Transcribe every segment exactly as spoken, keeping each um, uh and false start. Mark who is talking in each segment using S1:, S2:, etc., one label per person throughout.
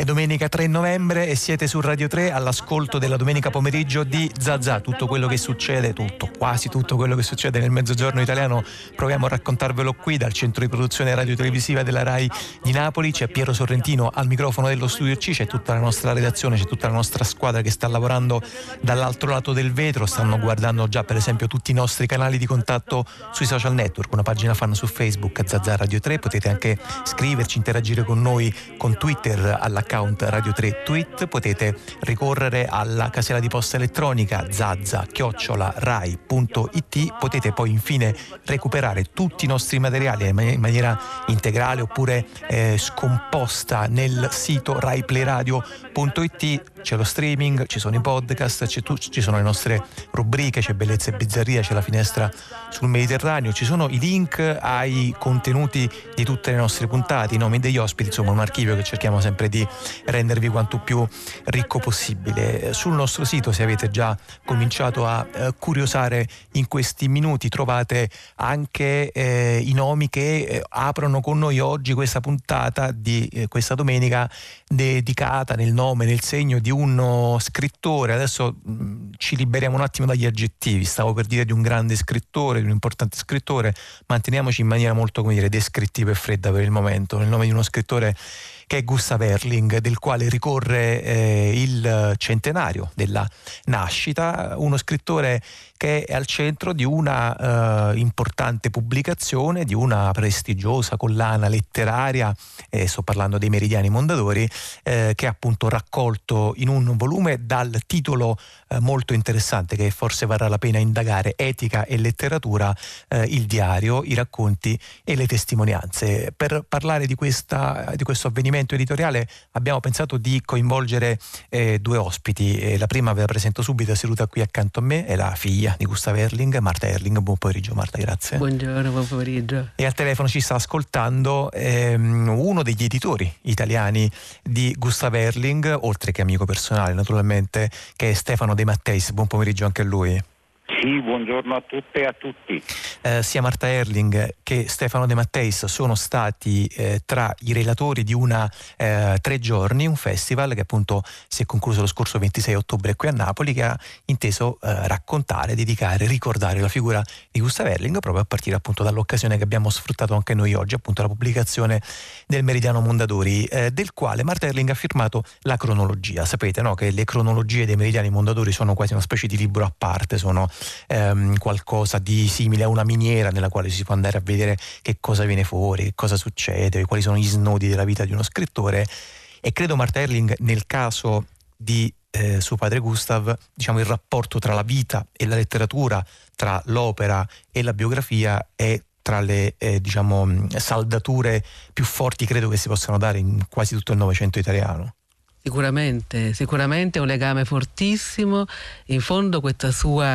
S1: È domenica tre novembre e siete su Radio tre all'ascolto della domenica pomeriggio di Zazà. Tutto quello che succede, tutto, quasi tutto quello che succede nel mezzogiorno italiano proviamo a raccontarvelo qui dal centro di produzione radiotelevisiva della RAI di Napoli. C'è Piero Sorrentino al microfono dello Studio C, c'è tutta la nostra redazione, c'è tutta la nostra squadra che sta lavorando dall'altro lato del vetro. Stanno guardando già per esempio tutti i nostri canali di contatto sui social network, una pagina fan su Facebook Zazà Radio tre, potete anche scriverci, interagire con noi con Twitter all'account Radio tre Tweet, potete ricorrere alla casella di posta elettronica zazza chiocciola rai punto it, potete poi infine recuperare tutti i nostri materiali in maniera integrale oppure eh, scomposta nel sito rai play radio punto it. C'è lo streaming, ci sono i podcast, c'è tu, ci sono le nostre rubriche, c'è Bellezza e Bizzarria, c'è la finestra sul Mediterraneo, ci sono i link ai contenuti di tutte le nostre puntate, i nomi degli ospiti, insomma un archivio che cerchiamo sempre di rendervi quanto più ricco possibile. Sul nostro sito, se avete già cominciato a eh, curiosare in questi minuti, trovate anche eh, i nomi che eh, aprono con noi oggi questa puntata di eh, questa domenica dedicata nel nome, nel segno di uno scrittore. Adesso mh, ci liberiamo un attimo dagli aggettivi, stavo per dire di un grande scrittore, di un importante scrittore, manteniamoci in maniera molto, come dire, descrittiva e fredda per il momento, nel nome di uno scrittore che è Gustav Herling, del quale ricorre eh, il centenario della nascita, uno scrittore che è al centro di una eh, importante pubblicazione, di una prestigiosa collana letteraria, eh, sto parlando dei Meridiani Mondadori, eh, che è appunto raccolto in un volume dal titolo eh, molto interessante che forse varrà la pena indagare: Etica e letteratura, eh, il diario, i racconti e le testimonianze. Per parlare di, questa, di questo avvenimento editoriale abbiamo pensato di coinvolgere eh, due ospiti. Eh, la prima ve la presento subito, è seduta qui accanto a me, è la figlia di Gustav Herling, Marta Herling. Buon pomeriggio Marta, grazie.
S2: Buongiorno, buon pomeriggio.
S1: E al telefono ci sta ascoltando ehm, uno degli editori italiani di Gustav Herling, oltre che amico personale naturalmente, che è Stefano De Matteis. Buon pomeriggio anche a lui.
S3: Sì, buongiorno a tutte e a tutti.
S1: Eh, sia Marta Herling che Stefano De Matteis sono stati eh, tra i relatori di una eh, tre giorni, un festival che appunto si è concluso lo scorso ventisei ottobre qui a Napoli, che ha inteso eh, raccontare, dedicare, ricordare la figura di Gustav Herling, proprio a partire appunto dall'occasione che abbiamo sfruttato anche noi oggi, appunto la pubblicazione del Meridiano Mondadori, eh, del quale Marta Herling ha firmato la cronologia. Sapete, no, che le cronologie dei Meridiani Mondadori sono quasi una specie di libro a parte, sono Ehm, qualcosa di simile a una miniera nella quale si può andare a vedere che cosa viene fuori, che cosa succede, quali sono gli snodi della vita di uno scrittore. E credo Marta Herling, nel caso di eh, suo padre Gustav, diciamo il rapporto tra la vita e la letteratura, tra l'opera e la biografia è tra le eh, diciamo saldature più forti credo che si possano dare in quasi tutto il Novecento italiano.
S2: Sicuramente, sicuramente è un legame fortissimo. In fondo questa sua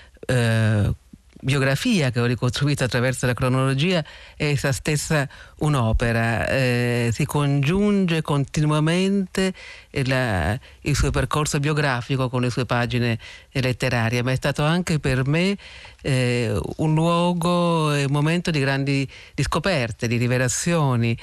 S2: eh, biografia che ho ricostruito attraverso la cronologia è essa stessa un'opera, eh, si congiunge continuamente la, il suo percorso biografico con le sue pagine letterarie, ma è stato anche per me eh, un luogo e un momento di grandi di scoperte, di rivelazioni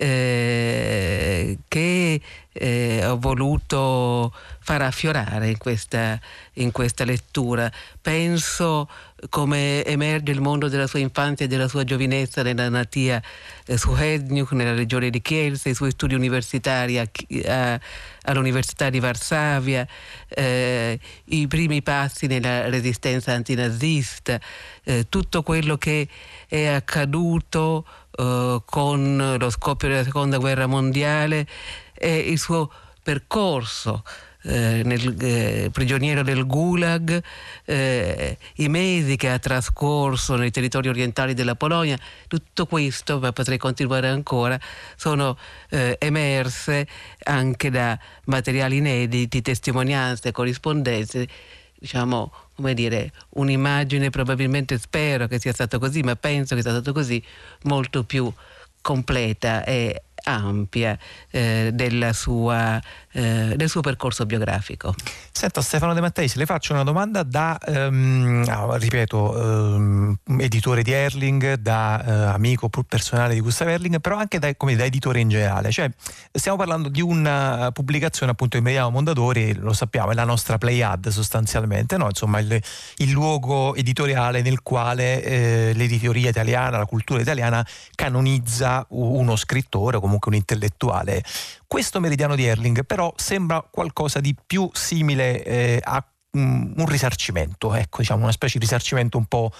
S2: eh, che eh, ho voluto far affiorare in questa, in questa lettura. Penso come emerge il mondo della sua infanzia e della sua giovinezza nella natia eh, su Hedniuk, nella regione di Kielce, i suoi studi universitari a, a, all'Università di Varsavia, eh, i primi passi nella resistenza antinazista, eh, tutto quello che è accaduto eh, con lo scoppio della Seconda Guerra Mondiale e il suo percorso Eh, nel eh, prigioniero del Gulag, eh, i mesi che ha trascorso nei territori orientali della Polonia. Tutto questo, ma potrei continuare ancora, sono eh, emerse anche da materiali inediti, testimonianze, corrispondenze, diciamo, come dire, un'immagine, probabilmente spero che sia stato così, ma penso che sia stato così, molto più completa e ampia eh, della sua, eh, del suo percorso biografico.
S1: Senta Stefano De Matteis, le faccio una domanda da, um, ah, ripeto, um, editore di Herling, da uh, amico personale di Gustav Herling, però anche da, come, da editore in generale. Cioè, stiamo parlando di una pubblicazione appunto di Mediano Mondadori, lo sappiamo, è la nostra Pleiad sostanzialmente, no? Insomma il, il luogo editoriale nel quale eh, l'editoria italiana, la cultura italiana canonizza uno scrittore o comunque un intellettuale. Questo Meridiano di Herling però sembra qualcosa di più simile eh, a um, un risarcimento, ecco, diciamo una specie di risarcimento un po'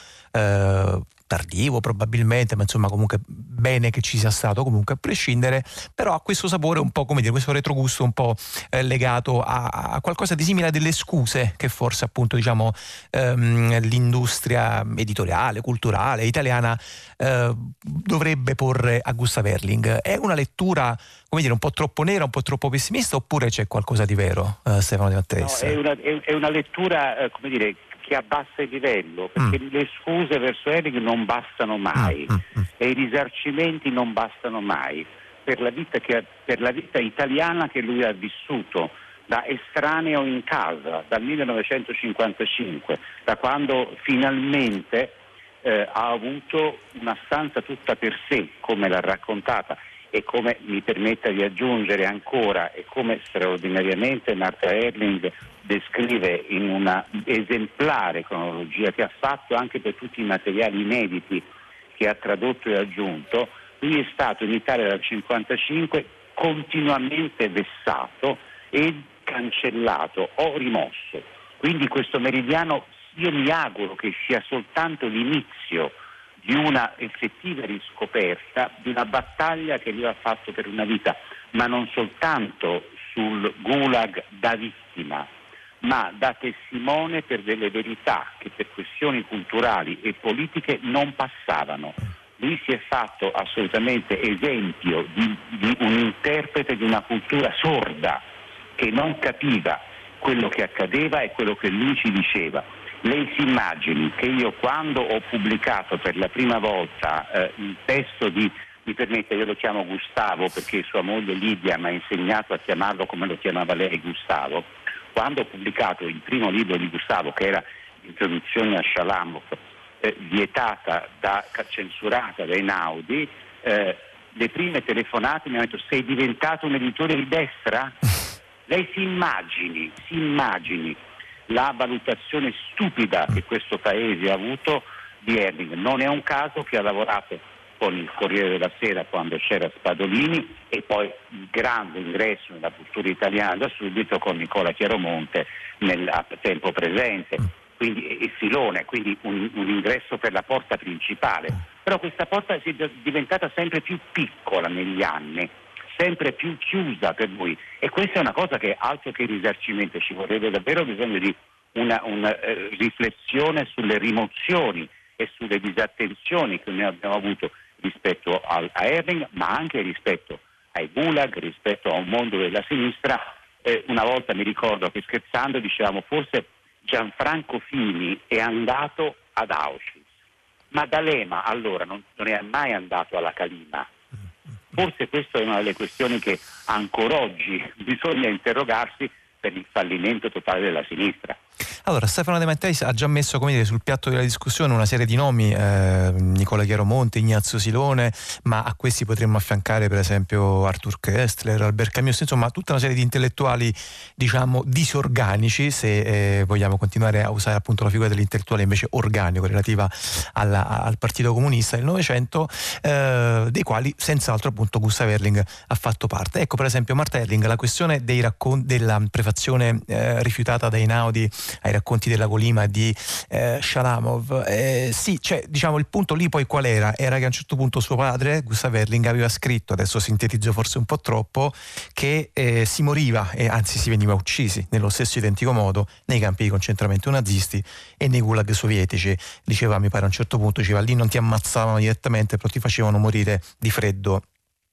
S1: eh, tardivo probabilmente, ma insomma comunque bene che ci sia stato comunque a prescindere, però ha questo sapore un po', come dire, questo retrogusto un po' eh, legato a, a qualcosa di simile a delle scuse che forse appunto diciamo ehm, l'industria editoriale, culturale italiana eh, dovrebbe porre a Gustav Herling. È una lettura, come dire, un po' troppo nera, un po' troppo pessimista, oppure c'è qualcosa di vero, eh, Stefano De Matteis?
S3: No, è una, è, è una lettura, eh, come dire, che abbassa il livello, perché mm. le scuse verso Herling non bastano mai mm. Mm. e i risarcimenti non bastano mai per la vita che, per la vita italiana che lui ha vissuto da estraneo in casa dal millenovecentocinquantacinque, da quando finalmente eh, ha avuto una stanza tutta per sé, come l'ha raccontata, e come mi permetta di aggiungere ancora, e come straordinariamente Martha Herling descrive in una esemplare cronologia che ha fatto anche per tutti i materiali inediti che ha tradotto e aggiunto, lui è stato in Italia dal cinquantacinque continuamente vessato e cancellato o rimosso. Quindi questo Meridiano, io mi auguro che sia soltanto l'inizio di una effettiva riscoperta di una battaglia che lui ha fatto per una vita, ma non soltanto sul Gulag da vittima, ma da testimone per delle verità che per questioni culturali e politiche non passavano. Lui si è fatto assolutamente esempio di, di un interprete di una cultura sorda che non capiva quello che accadeva e quello che lui ci diceva. Lei si immagini che io, quando ho pubblicato per la prima volta eh, il testo di, mi permette, io lo chiamo Gustavo perché sua moglie Lidia mi ha insegnato a chiamarlo come lo chiamava lei, Gustavo, quando ho pubblicato il primo libro di Gustavo, che era Introduzione a Shalamov, eh, vietata, da, censurata da Einaudi, eh, le prime telefonate mi hanno detto: sei diventato un editore di destra? Lei si immagini, si immagini la valutazione stupida che questo paese ha avuto di Herling. Non è un caso che ha lavorato con il Corriere della Sera quando c'era Spadolini, e poi il grande ingresso nella cultura italiana da subito con Nicola Chiaromonte nel a tempo presente, quindi e Filone, quindi un, un ingresso per la porta principale. Però questa porta è diventata sempre più piccola negli anni, sempre più chiusa per lui, e questa è una cosa che altro che risarcimento, ci vorrebbe davvero bisogno di una, una eh, riflessione sulle rimozioni e sulle disattenzioni che noi abbiamo avuto rispetto al, a Herling, ma anche rispetto ai Gulag, rispetto a un mondo della sinistra. Eh, una volta mi ricordo che scherzando dicevamo forse Gianfranco Fini è andato ad Auschwitz, ma D'Alema allora non, non è mai andato alla Calima. Forse questa è una delle questioni che ancora oggi bisogna interrogarsi per il fallimento totale della sinistra.
S1: Allora, Stefano De Matteis ha già messo, come dire, sul piatto della discussione una serie di nomi, eh, Nicola Chiaromonte, Ignazio Silone, ma a questi potremmo affiancare per esempio Arthur Koestler, Albert Camus, insomma tutta una serie di intellettuali, diciamo, disorganici, se eh, vogliamo continuare a usare appunto la figura dell'intellettuale invece organico relativa alla, al Partito Comunista del Novecento, eh, dei quali senz'altro appunto Gustav Herling ha fatto parte. Ecco, per esempio Martha Herling, la questione dei raccon- della prefazione eh, rifiutata da Einaudi ai racconti della Colima di eh, Shalamov, eh, sì, cioè diciamo il punto lì poi qual era? Era che a un certo punto suo padre, Gustav Herling, aveva scritto, adesso sintetizzo forse un po' troppo, che eh, si moriva e anzi si veniva uccisi nello stesso identico modo nei campi di concentramento nazisti e nei gulag sovietici. Diceva, mi pare a un certo punto, diceva, lì non ti ammazzavano direttamente, però ti facevano morire di freddo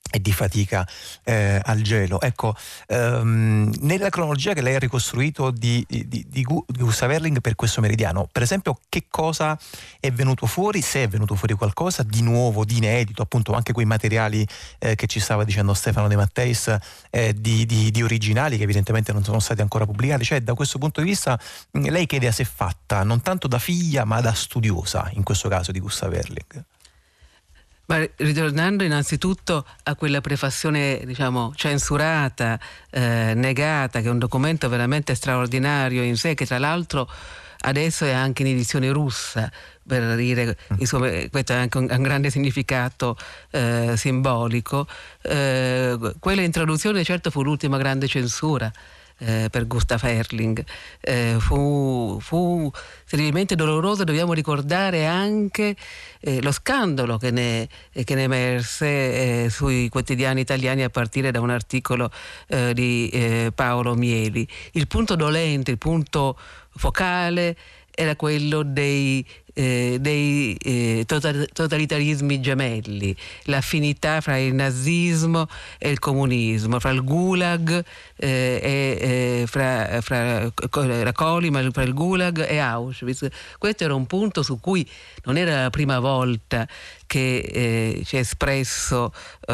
S1: e di fatica eh, al gelo. Ecco, ehm, nella cronologia che lei ha ricostruito di, di, di, di Gustav Herling per questo meridiano, per esempio, che cosa è venuto fuori, se è venuto fuori qualcosa di nuovo, di inedito, appunto anche quei materiali eh, che ci stava dicendo Stefano De Matteis, eh, di, di, di originali che evidentemente non sono stati ancora pubblicati. Cioè, da questo punto di vista, mh, lei che idea si è fatta, non tanto da figlia ma da studiosa, in questo caso, di Gustav Herling?
S2: Ma ritornando innanzitutto a quella prefazione, diciamo, censurata, eh, negata, che è un documento veramente straordinario in sé, che tra l'altro adesso è anche in edizione russa, per dire, insomma, questo ha anche un, un grande significato eh, simbolico. Eh, quella introduzione certo fu l'ultima grande censura Eh, per Gustav Herling, eh, fu, fu terribilmente doloroso. Dobbiamo ricordare anche eh, lo scandalo che ne, eh, che ne emerse eh, sui quotidiani italiani a partire da un articolo eh, di eh, Paolo Mieli. Il punto dolente, il punto focale era quello dei Eh, dei eh, totalitarismi gemelli, l'affinità fra il nazismo e il comunismo, fra il Gulag eh, e eh, fra, fra la Colima, fra il Gulag e Auschwitz. Questo era un punto su cui non era la prima volta che eh, ci è espresso uh,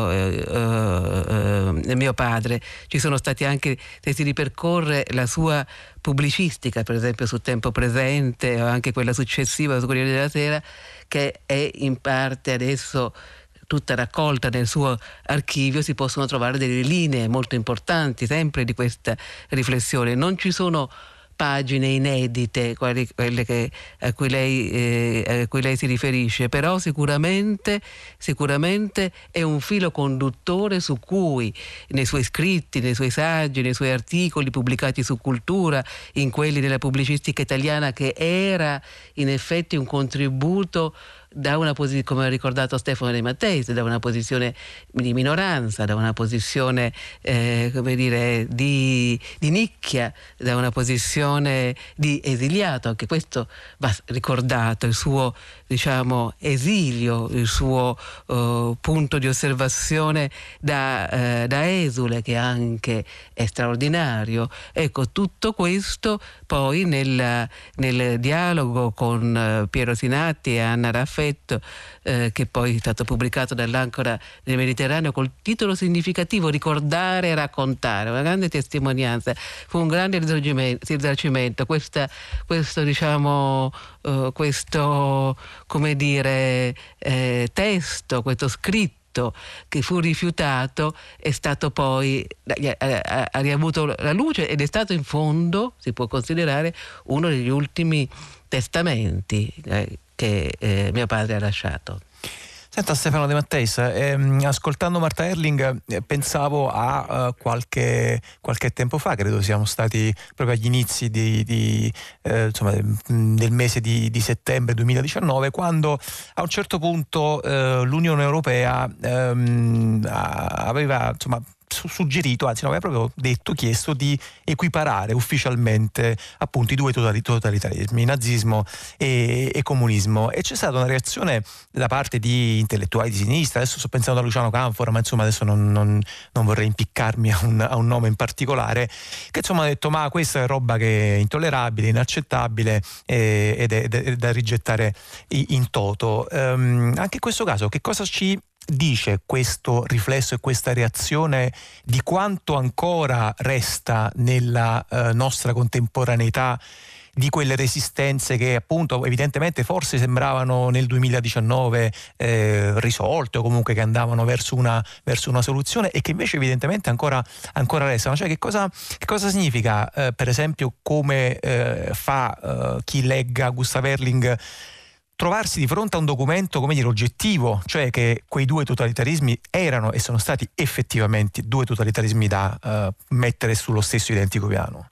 S2: uh, uh, mio padre. Ci sono stati anche, se si ripercorre la sua pubblicistica, per esempio su Tempo Presente o anche quella successiva su Corriere della Sera, che è in parte adesso tutta raccolta nel suo archivio, si possono trovare delle linee molto importanti sempre di questa riflessione. Non ci sono pagine inedite, quelle, quelle che, a, cui lei, eh, a cui lei si riferisce, però sicuramente, sicuramente è un filo conduttore su cui nei suoi scritti, nei suoi saggi, nei suoi articoli pubblicati su Cultura, in quelli della pubblicistica italiana, che era in effetti un contributo da una posizione, come ha ricordato Stefano De Matteis, da una posizione di minoranza, da una posizione eh, come dire di, di nicchia, da una posizione di esiliato. Anche questo va ricordato, il suo, diciamo, esilio, il suo uh, punto di osservazione da, uh, da esule, che anche è straordinario. Ecco, tutto questo poi nel, nel dialogo con uh, Piero Sinatti e Anna Raffetto, eh, che poi è stato pubblicato dall'Ancora del Mediterraneo col titolo significativo Ricordare e raccontare, una grande testimonianza, fu un grande risarcimento. Questa, questo diciamo uh, questo come dire eh, testo, questo scritto che fu rifiutato, è stato poi ha, ha riavuto la luce ed è stato in fondo, si può considerare, uno degli ultimi testamenti eh, che eh, mio padre ha lasciato.
S1: Senta Stefano De Matteis, ehm, ascoltando Marta Herling eh, pensavo a uh, qualche, qualche tempo fa, credo siamo stati proprio agli inizi di, di, eh, insomma, del mese di, di settembre duemiladiciannove, quando a un certo punto eh, l'Unione Europea ehm, aveva insomma suggerito, anzi no, aveva proprio detto, chiesto di equiparare ufficialmente appunto i due totalitarismi, nazismo e, e comunismo, e c'è stata una reazione da parte di intellettuali di sinistra. Adesso sto pensando a Luciano Canfora, ma insomma adesso non, non, non vorrei impiccarmi a un, a un nome in particolare, che insomma ha detto ma questa è roba che è intollerabile, inaccettabile eh, ed, è, ed è da rigettare in toto. Um, anche in questo caso che cosa ci dice questo riflesso e questa reazione di quanto ancora resta nella eh, nostra contemporaneità di quelle resistenze che appunto evidentemente forse sembravano nel duemiladiciannove eh, risolte, o comunque che andavano verso una, verso una soluzione, e che invece evidentemente ancora, ancora restano? Cioè che cosa, che cosa significa eh, per esempio, come eh, fa eh, chi legga Gustav Herling, trovarsi di fronte a un documento, come dire, oggettivo, cioè che quei due totalitarismi erano e sono stati effettivamente due totalitarismi da uh, mettere sullo stesso identico piano?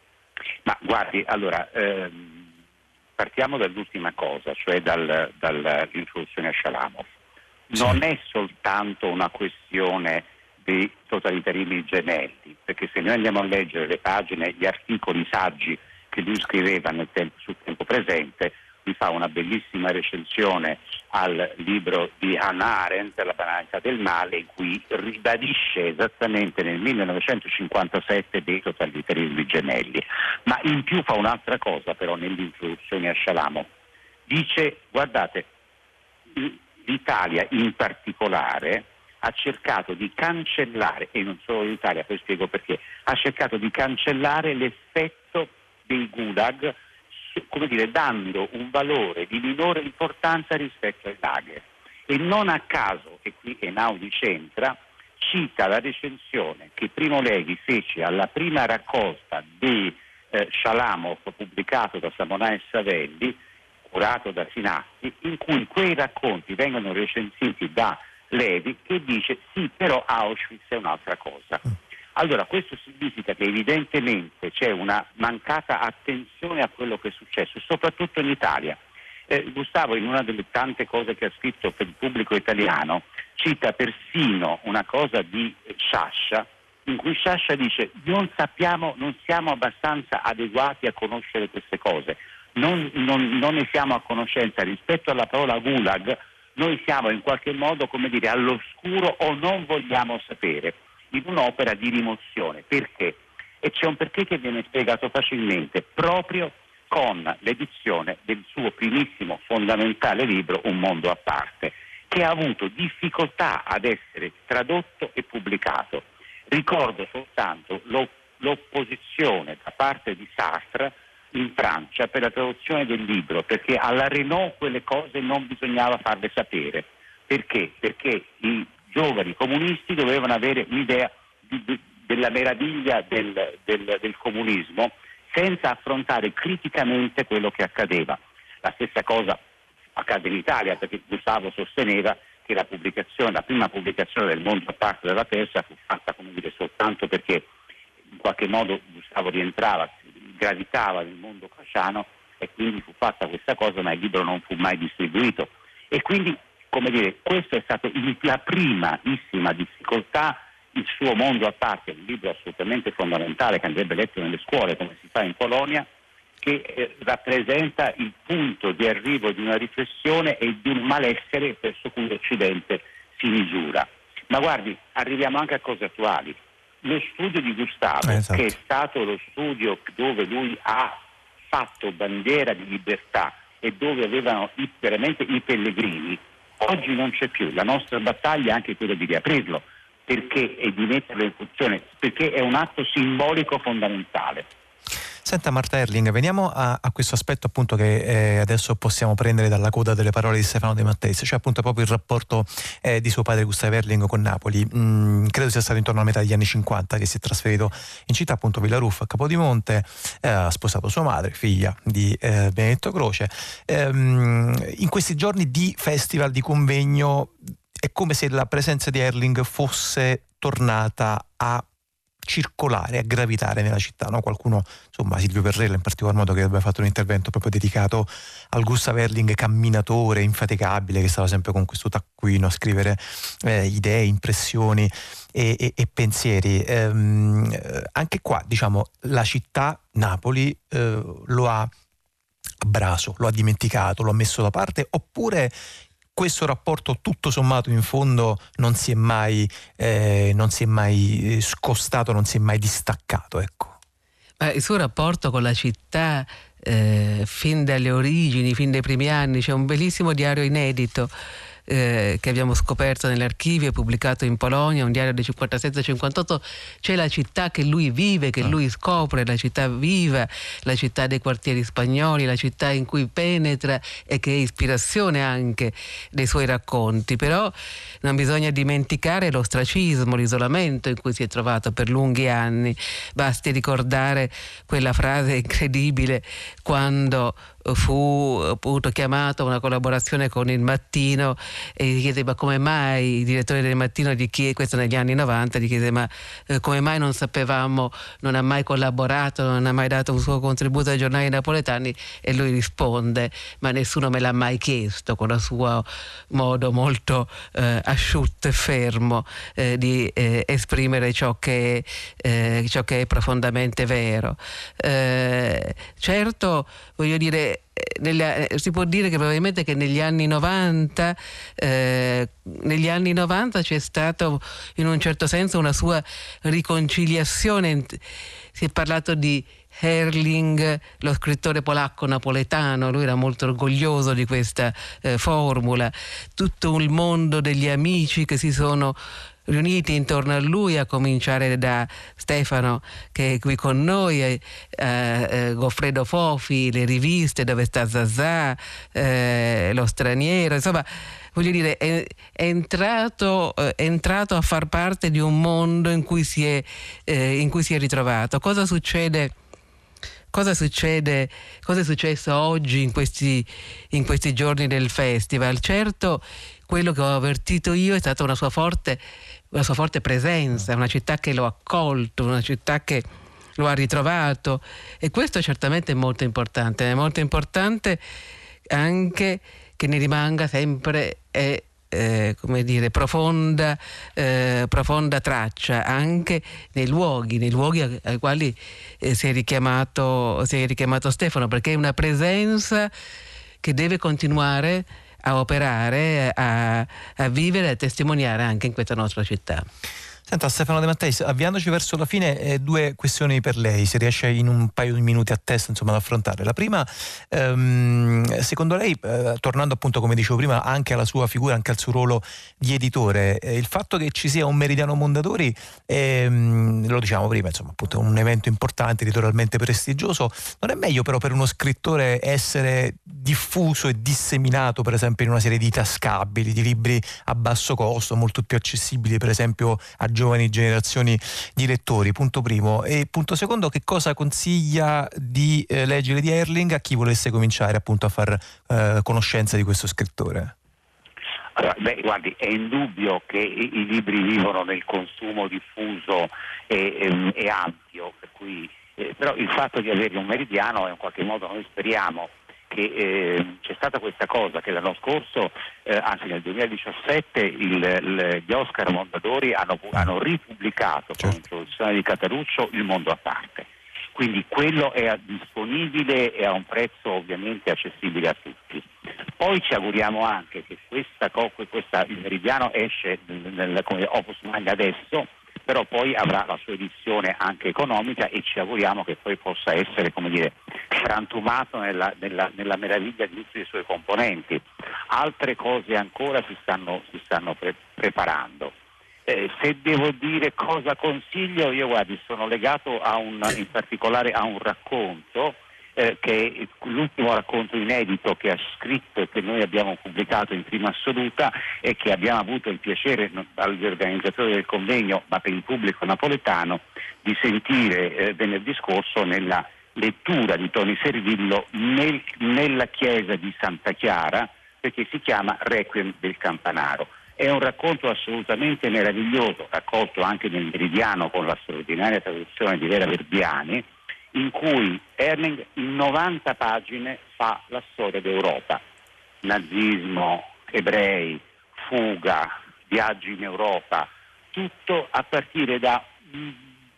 S3: Ma guardi, allora, ehm, partiamo dall'ultima cosa, cioè dal, dall'introduzione a Shalamov. Non sì. È soltanto una questione di totalitarismi gemelli, perché se noi andiamo a leggere le pagine, gli articoli, i saggi che lui scriveva nel tempo, sul Tempo Presente, mi fa una bellissima recensione al libro di Hannah Arendt, La banalità del male, in cui ribadisce esattamente nel millenovecentocinquantasette dei totalitarismi gemelli. Ma in più fa un'altra cosa però nell'introduzione a Scialamo. Dice, guardate, l'Italia in particolare ha cercato di cancellare, e non solo l'Italia, poi spiego perché, ha cercato di cancellare l'effetto dei gulag, come dire, dando un valore di minore importanza rispetto ai lager. E non a caso, e qui Einaudi c'entra, cita la recensione che Primo Levi fece alla prima raccolta di eh, Scialamov, pubblicato da Samonà e Savelli, curato da Sinatti, in cui quei racconti vengono recensiti da Levi, che dice sì, però Auschwitz è un'altra cosa. Allora, questo significa che evidentemente c'è una mancata attenzione a quello che è successo, soprattutto in Italia. Eh, Gustavo, in una delle tante cose che ha scritto per il pubblico italiano, cita persino una cosa di Sciascia, in cui Sciascia dice non sappiamo, non siamo abbastanza adeguati a conoscere queste cose, non, non, non ne siamo a conoscenza. Rispetto alla parola gulag, noi siamo in qualche modo, come dire, all'oscuro o non vogliamo sapere, in un'opera di rimozione. Perché? E c'è un perché che viene spiegato facilmente proprio con l'edizione del suo primissimo fondamentale libro Un mondo a parte, che ha avuto difficoltà ad essere tradotto e pubblicato. Ricordo soltanto l'opposizione da parte di Sartre in Francia per la traduzione del libro, perché alla Renault quelle cose non bisognava farle sapere. Perché? Perché i giovani comunisti dovevano avere un'idea di, di, della meraviglia del, del, del comunismo senza affrontare criticamente quello che accadeva. La stessa cosa accade in Italia, perché Gustavo sosteneva che la pubblicazione, la prima pubblicazione del Mondo a parte della Persia fu fatta, come dire, soltanto perché in qualche modo Gustavo rientrava, gravitava nel mondo casciano, e quindi fu fatta questa cosa, ma il libro non fu mai distribuito. E quindi, come dire, questa è stata la primissima difficoltà. Il suo Mondo a parte, un libro assolutamente fondamentale che andrebbe letto nelle scuole, come si fa in Polonia, che eh, rappresenta il punto di arrivo di una riflessione e di un malessere verso cui l'Occidente si misura. Ma guardi, arriviamo anche a cose attuali. Lo studio di Gustavo, esatto, che è stato lo studio dove lui ha fatto bandiera di libertà e dove avevano i, veramente i pellegrini, oggi non c'è più. La nostra battaglia è anche quella di riaprirlo, perché e di metterlo in funzione, perché è un atto simbolico fondamentale.
S1: Senta Marta Erling, veniamo a, a questo aspetto appunto che eh, adesso possiamo prendere dalla coda delle parole di Stefano De Matteis, cioè appunto proprio il rapporto eh, di suo padre Gustav Erling con Napoli. Mm, credo sia stato intorno alla metà degli anni cinquanta che si è trasferito in città, appunto Villaruffa a Capodimonte, eh, ha sposato sua madre, figlia di eh, Benedetto Croce. Ehm, in questi giorni di festival, di convegno, è come se la presenza di Erling fosse tornata a circolare, a gravitare nella città, no? Qualcuno, insomma Silvio Perrella in particolar modo, che aveva fatto un intervento proprio dedicato al Gustav Erling camminatore infaticabile, che stava sempre con questo taccuino a scrivere eh, idee, impressioni e, e, e pensieri. Ehm, anche qua, diciamo, la città, Napoli, eh, lo ha abraso, lo ha dimenticato, lo ha messo da parte, oppure questo rapporto tutto sommato in fondo non si è mai, eh, non si è mai scostato, non si è mai distaccato, ecco.
S2: Ma il suo rapporto con la città eh, fin dalle origini, fin dai primi anni, c'è un bellissimo diario inedito Eh, che abbiamo scoperto nell'archivio, pubblicato in Polonia, un diario del cinquantasette cinquantotto. C'è la città che lui vive, che lui scopre, la città viva, la città dei quartieri spagnoli, la città in cui penetra e che è ispirazione anche dei suoi racconti. Però non bisogna dimenticare l'ostracismo, l'isolamento in cui si è trovato per lunghi anni. Basti ricordare quella frase incredibile quando fu appunto chiamato a una collaborazione con Il Mattino e gli chiede ma come mai, il direttore del Mattino gli chiede, questo negli anni novanta, gli chiede ma eh, come mai non sapevamo, non ha mai collaborato, non ha mai dato un suo contributo ai giornali napoletani, e lui risponde ma nessuno me l'ha mai chiesto, con il suo modo molto eh, asciutto e fermo eh, di eh, esprimere ciò che, eh, ciò che è profondamente vero. Eh, certo, voglio dire, eh, Nella, si può dire che probabilmente che negli anni novanta eh, negli anni novanta c'è stato in un certo senso una sua riconciliazione. Si è parlato di Herling, lo scrittore polacco napoletano, lui era molto orgoglioso di questa eh, formula, tutto il mondo degli amici che si sono riuniti intorno a lui, a cominciare da Stefano che è qui con noi, eh, eh, Goffredo Fofi, le riviste Dove sta Zazà, eh, Lo Straniero, insomma voglio dire è, è, entrato, eh, è entrato a far parte di un mondo in cui si è, eh, in cui si è ritrovato. Cosa succede? Cosa succede? Cosa è successo oggi in questi, in questi giorni del festival? Certo, quello che ho avvertito io è stata una sua forte, una sua forte presenza, una città che lo ha accolto, una città che lo ha ritrovato, e questo certamente è molto importante. È molto importante anche che ne rimanga sempre e Eh, come dire, profonda, eh, profonda traccia anche nei luoghi, nei luoghi ai, ai quali eh, si è richiamato, si è richiamato Stefano, perché è una presenza che deve continuare a operare, a, a vivere, a testimoniare anche in questa nostra città.
S1: Senta Stefano De Matteis, avviandoci verso la fine, eh, due questioni per lei, se riesce in un paio di minuti a testa insomma ad affrontare. La prima, ehm, secondo lei, eh, tornando appunto come dicevo prima anche alla sua figura, anche al suo ruolo di editore, eh, il fatto che ci sia un Meridiano Mondadori, ehm, lo diciamo prima, insomma appunto un evento importante, editorialmente prestigioso, non è meglio però per uno scrittore essere diffuso e disseminato per esempio in una serie di tascabili, di libri a basso costo, molto più accessibili per esempio a giovani generazioni di lettori? Punto primo. E punto secondo, che cosa consiglia di eh, leggere di Herling a chi volesse cominciare appunto a far eh, conoscenza di questo scrittore?
S3: Allora, beh, guardi, è indubbio che i, i libri vivono nel consumo diffuso e, e, e ampio, per cui, eh, però il fatto di avere un Meridiano è in qualche modo, noi speriamo che eh, c'è stata questa cosa che l'anno scorso, eh, anzi nel duemiladiciassette, il, il, gli Oscar Mondadori hanno, hanno ripubblicato con l'introduzione di Cataruccio Il mondo a parte. Quindi quello è disponibile e a un prezzo ovviamente accessibile a tutti. Poi ci auguriamo anche che questa, questa il Meridiano esce nel, nel, come Opus Magna adesso, però poi avrà la sua edizione anche economica e ci auguriamo che poi possa essere, come dire, frantumato nella, nella, nella meraviglia di tutti i suoi componenti. Altre cose ancora si stanno, si stanno pre- preparando. Eh, se devo dire cosa consiglio, io guardi, sono legato a un, in particolare a un racconto eh, che è l'ultimo racconto inedito che ha scritto e che noi abbiamo pubblicato in prima assoluta e che abbiamo avuto il piacere dagli organizzatori del convegno, ma per il pubblico napoletano, di sentire eh, venerdì scorso nella lettura di Toni Servillo nel, nella chiesa di Santa Chiara, perché si chiama Requiem del Campanaro. È un racconto assolutamente meraviglioso, raccolto anche nel Meridiano con la straordinaria traduzione di Vera Verbiani, in cui Herling in novanta pagine fa la storia d'Europa. Nazismo, ebrei, fuga, viaggi in Europa, tutto a partire da un,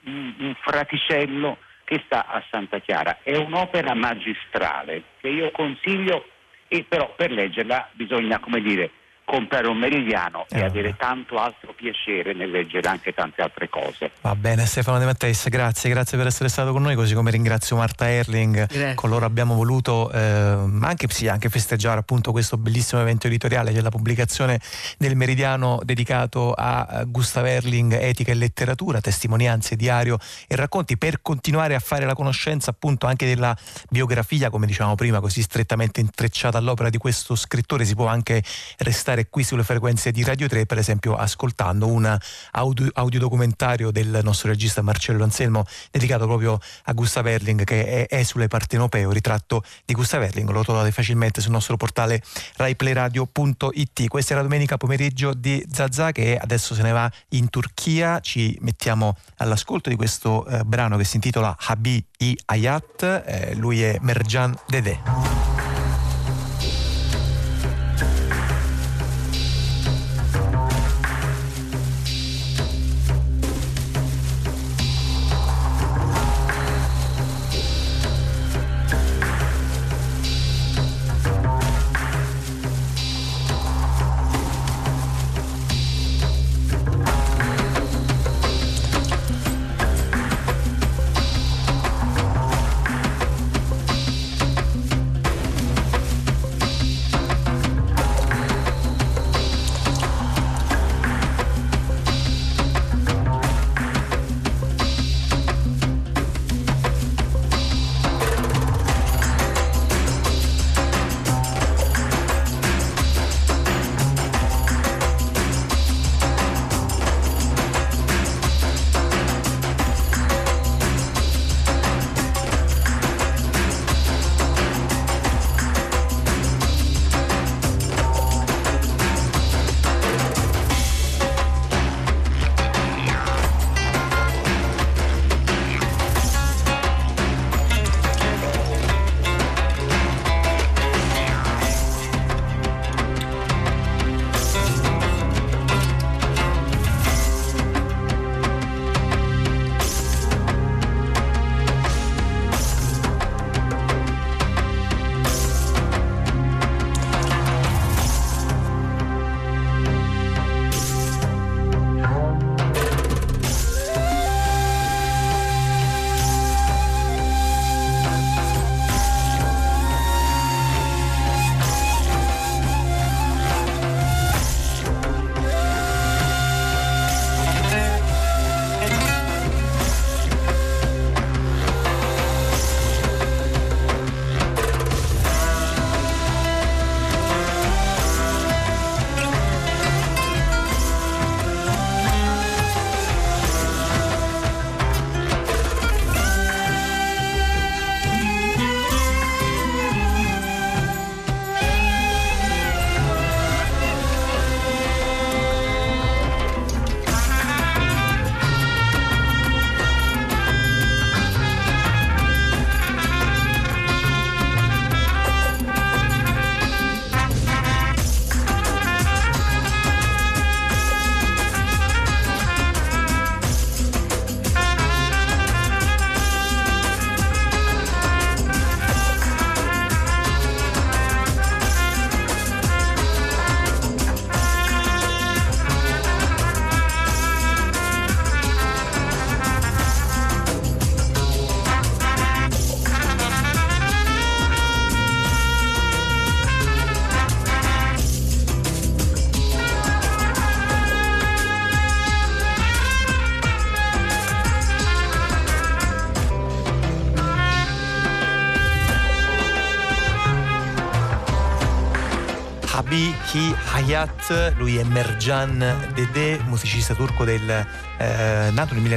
S3: un fraticello che sta a Santa Chiara. È un'opera magistrale che io consiglio, e però per leggerla bisogna, come dire, comprare un Meridiano e avere tanto altro piacere nel leggere anche tante altre cose.
S1: Va bene, Stefano De Matteis, grazie, grazie per essere stato con noi, così come ringrazio Marta Herling. Grazie. Con loro abbiamo voluto eh, anche, sì, anche festeggiare appunto questo bellissimo evento editoriale, che è la pubblicazione del Meridiano dedicato a Gustav Herling, Etica e Letteratura, testimonianze, diario e racconti, per continuare a fare la conoscenza appunto anche della biografia, come dicevamo prima, così strettamente intrecciata all'opera di questo scrittore. Si può anche restare qui sulle frequenze di Radio tre, per esempio ascoltando un audio, audiodocumentario del nostro regista Marcello Anselmo dedicato proprio a Gustav Herling, che è, è sulle Partenopee, un ritratto di Gustav Herling. Lo trovate facilmente sul nostro portale rai play radio punto it. Questa è la domenica pomeriggio di Zazà, che adesso se ne va in Turchia. Ci mettiamo all'ascolto di questo eh, brano che si intitola Habi-i Hayat. Eh, lui è Merjan Dede. Nuri Ki Hayat, lui è Mercan Dede, musicista turco del, eh, nato nel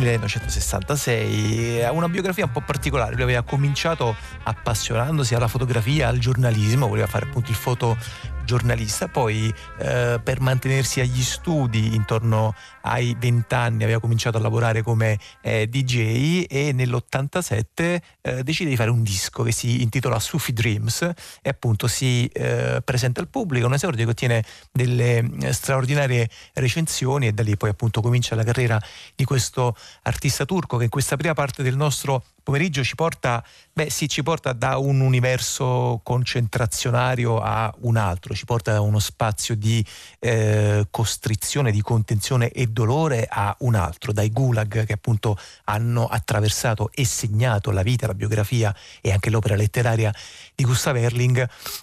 S1: millenovecentosessantasei. Ha una biografia un po' particolare. Lui aveva cominciato appassionandosi alla fotografia, al giornalismo, voleva fare appunto il fotogiornalista, poi eh, per mantenersi agli studi intorno ai vent'anni aveva cominciato a lavorare come eh, D J, e nell'ottantasette eh, decide di fare un disco che si intitola Sufi Dreams, e appunto si eh, presenta al pubblico, un esordio che ottiene delle eh, straordinarie recensioni, e da lì poi appunto comincia la carriera di questo artista turco, che in questa prima parte del nostro pomeriggio ci porta, beh sì, ci porta da un universo concentrazionario a un altro, ci porta da uno spazio di eh, costrizione, di contenzione e dolore a un altro, dai gulag che appunto hanno attraversato e segnato la vita, la biografia e anche l'opera letteraria di Gustav Herling,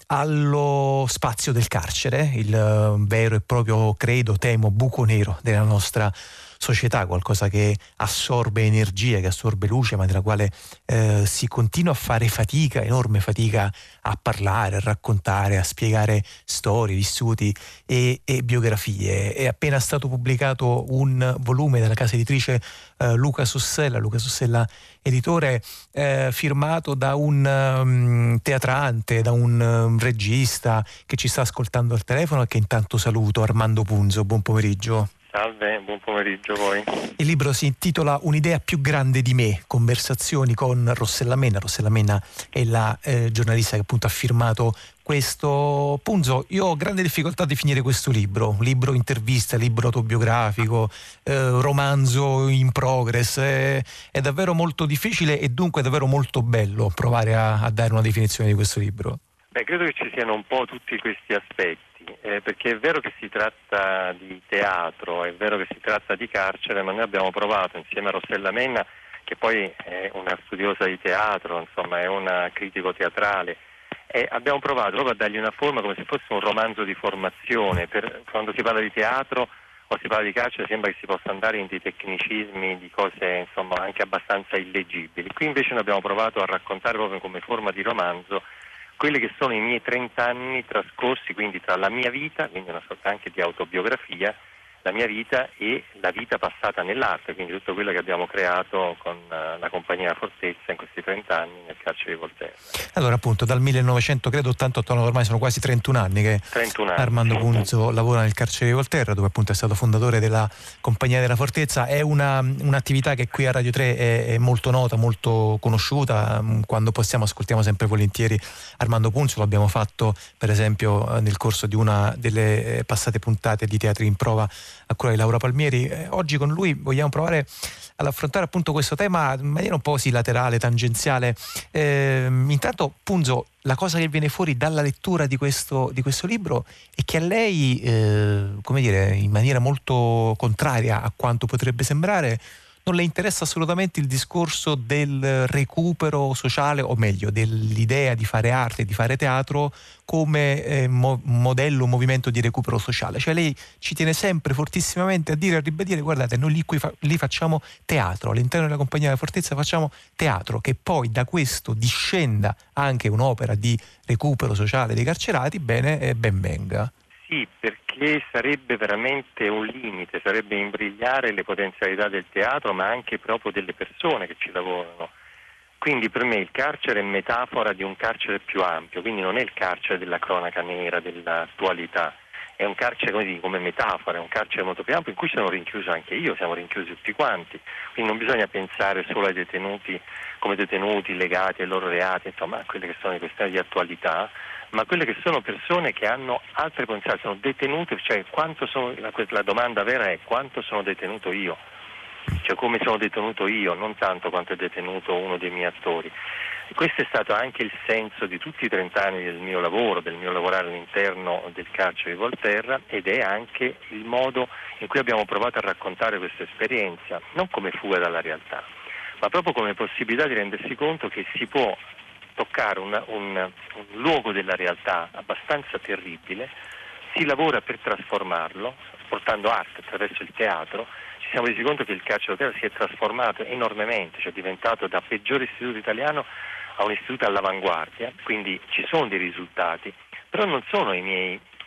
S1: allo spazio del carcere, il uh, vero e proprio, credo, temo, buco nero della nostra società, qualcosa che assorbe energia, che assorbe luce, ma della quale eh, si continua a fare fatica, enorme fatica, a parlare, a raccontare, a spiegare storie, vissuti e, e biografie. È appena stato pubblicato un volume dalla casa editrice eh, Luca Sossella, Luca Sossella editore, eh, firmato da un um, teatrante, da un um, regista che ci sta ascoltando al telefono e che intanto saluto, Armando Punzo. Buon pomeriggio.
S4: Salve, buon pomeriggio a voi.
S1: Il libro si intitola Un'idea più grande di me, conversazioni con Rossella Menna. Rossella Menna è la eh, giornalista che appunto ha firmato questo. Punzo, io ho grande difficoltà a definire questo libro, libro intervista, libro autobiografico, eh, romanzo in progress, è, è davvero molto difficile e dunque è davvero molto bello provare a, a dare una definizione di questo libro.
S4: Beh, credo che ci siano un po' tutti questi aspetti. Eh, perché è vero che si tratta di teatro, è vero che si tratta di carcere, ma noi abbiamo provato insieme a Rossella Menna, che poi è una studiosa di teatro, insomma è una critico teatrale, e abbiamo provato proprio a dargli una forma come se fosse un romanzo di formazione. Per, quando si parla di teatro o si parla di carcere sembra che si possa andare in dei tecnicismi, di cose insomma anche abbastanza illeggibili. Qui invece noi abbiamo provato a raccontare proprio come forma di romanzo quelli che sono i miei trent'anni trascorsi, quindi tra la mia vita, quindi una sorta anche di autobiografia, la mia vita e la vita passata nell'arte, quindi tutto quello che abbiamo creato con uh, la compagnia Fortezza in questi trent'anni nel carcere di Volterra.
S1: Allora appunto dal millenovecento credo ottantotto, ormai sono quasi trentuno anni che
S4: trentuno anni,
S1: Armando
S4: sì.
S1: Punzo lavora nel carcere di Volterra, dove appunto è stato fondatore della compagnia della Fortezza. È una, un'attività che qui a Radio tre è, è molto nota, molto conosciuta. Quando possiamo ascoltiamo sempre volentieri Armando Punzo, l'abbiamo fatto per esempio nel corso di una delle passate puntate di Teatri in Prova a cura di Laura Palmieri. Eh, oggi con lui vogliamo provare ad affrontare appunto questo tema in maniera un po' sì laterale, tangenziale. Eh, intanto Punzo, la cosa che viene fuori dalla lettura di questo, di questo libro è che a lei, eh, come dire, in maniera molto contraria a quanto potrebbe sembrare, non le interessa assolutamente il discorso del recupero sociale, o meglio, dell'idea di fare arte, di fare teatro come eh, mo- modello, movimento di recupero sociale. Cioè lei ci tiene sempre fortissimamente a dire, a ribadire: guardate, noi lì, qui fa- lì facciamo teatro, all'interno della compagnia della Fortezza facciamo teatro, che poi da questo discenda anche un'opera di recupero sociale dei carcerati, bene, eh, ben venga.
S4: Sì, perché sarebbe veramente un limite, sarebbe imbrigliare le potenzialità del teatro, ma anche proprio delle persone che ci lavorano. Quindi per me il carcere è metafora di un carcere più ampio, quindi non è il carcere della cronaca nera, dell'attualità, è un carcere come, dico, come metafora, è un carcere molto più ampio in cui sono rinchiuso anche io, siamo rinchiusi tutti quanti, quindi non bisogna pensare solo ai detenuti come detenuti legati ai loro reati, insomma a quelle che sono le questioni di attualità, ma quelle che sono persone che hanno altre potenzialità, sono detenute, cioè quanto sono, la, la domanda vera è quanto sono detenuto io, cioè come sono detenuto io, non tanto quanto è detenuto uno dei miei attori. E questo è stato anche il senso di tutti i trent'anni del mio lavoro, del mio lavorare all'interno del carcere di Volterra, ed è anche il modo in cui abbiamo provato a raccontare questa esperienza, non come fuga dalla realtà, ma proprio come possibilità di rendersi conto che si può toccare un, un, un luogo della realtà abbastanza terribile, si lavora per trasformarlo, portando arte attraverso il teatro. Ci siamo resi conto che il carcere di Volterra si è trasformato enormemente, cioè è diventato da peggiore istituto italiano a un istituto all'avanguardia, quindi ci sono dei risultati, però non sono i miei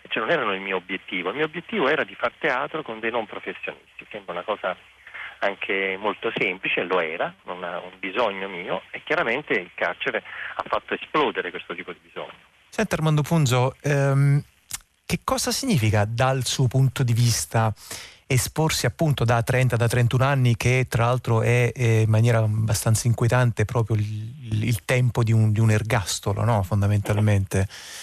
S4: cioè non erano il mio obiettivo. Il mio obiettivo era di far teatro con dei non professionisti. Sembra una cosa anche molto semplice, lo era, non ha un bisogno mio, e chiaramente il carcere ha fatto esplodere questo tipo di bisogno.
S1: Senta Armando Punzo, ehm, che cosa significa dal suo punto di vista esporsi appunto da trenta, da trentuno anni, che tra l'altro è eh, in maniera abbastanza inquietante proprio il, il tempo di un, di un ergastolo, no? Fondamentalmente.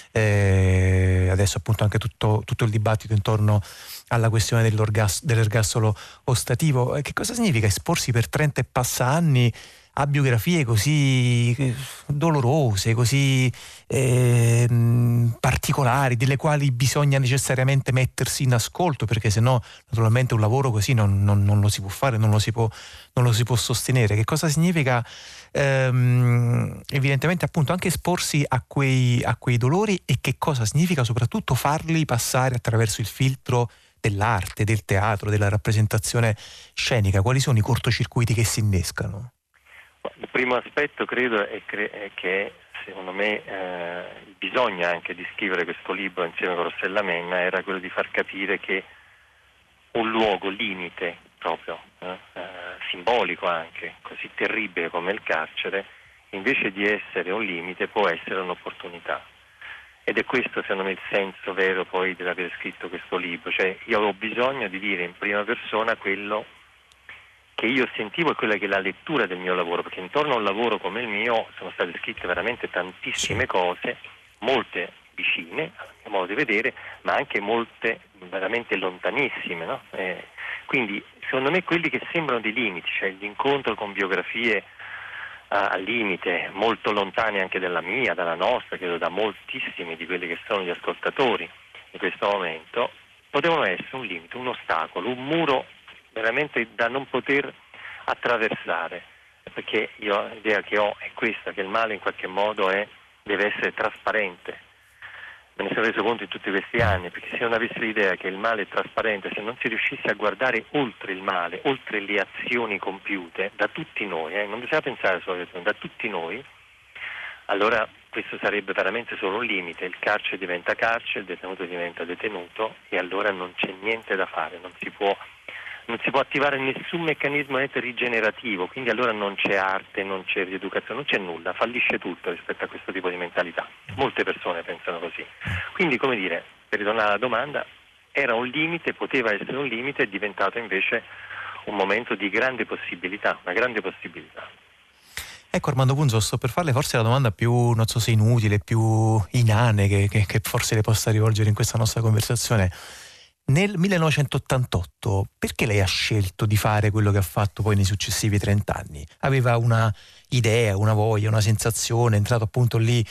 S1: Eh, adesso appunto anche tutto, tutto il dibattito intorno alla questione dell'ergastolo ostativo. Che cosa significa esporsi per trenta e passa anni a biografie così dolorose, così eh, particolari, delle quali bisogna necessariamente mettersi in ascolto, perché sennò naturalmente un lavoro così non, non, non lo si può fare, non lo si può, non lo si può sostenere. Che cosa significa ehm, evidentemente appunto anche esporsi a quei, a quei dolori, e che cosa significa soprattutto farli passare attraverso il filtro dell'arte, del teatro, della rappresentazione scenica? Quali sono i cortocircuiti che si innescano?
S4: Il primo aspetto credo è, cre- è che secondo me eh, il bisogno anche di scrivere questo libro insieme con Rossella Menna era quello di far capire che un luogo limite proprio, eh, eh, simbolico anche, così terribile come il carcere, invece di essere un limite può essere un'opportunità. Ed è questo secondo me il senso vero poi dell'aver scritto questo libro, cioè io avevo bisogno di dire in prima persona quello che io sentivo e quella che è la lettura del mio lavoro, perché intorno a un lavoro come il mio sono state scritte veramente tantissime sì. cose, molte vicine al mio modo di vedere, ma anche molte veramente lontanissime, no? Eh, quindi secondo me quelli che sembrano dei limiti, cioè l'incontro con biografie uh, al limite, molto lontane anche dalla mia, dalla nostra, credo da moltissimi di quelli che sono gli ascoltatori in questo momento, potevano essere un limite, un ostacolo, un muro veramente da non poter attraversare, perché io l'idea che ho è questa, che il male in qualche modo è, deve essere trasparente. Me ne sono reso conto in tutti questi anni, perché se non avessi l'idea che il male è trasparente, se non si riuscisse a guardare oltre il male, oltre le azioni compiute da tutti noi, eh, non bisogna pensare solo alle azioni, da tutti noi, allora questo sarebbe veramente solo un limite. Il carcere diventa carcere, il detenuto diventa detenuto, e allora non c'è niente da fare, non si può non si può attivare nessun meccanismo rigenerativo, quindi allora non c'è arte, non c'è rieducazione, non c'è nulla, fallisce tutto rispetto a questo tipo di mentalità. Molte persone pensano così. Quindi, come dire, per ritornare alla domanda, era un limite, poteva essere un limite, è diventato invece un momento di grande possibilità, una grande possibilità.
S1: Ecco Armando Punzo, sto per farle forse la domanda più, non so se inutile, più inane che, che, che forse le possa rivolgere in questa nostra conversazione. Nel millenovecentottantotto, perché lei ha scelto di fare quello che ha fatto poi nei successivi trent'anni? Aveva una idea, una voglia, una sensazione, è entrato appunto lì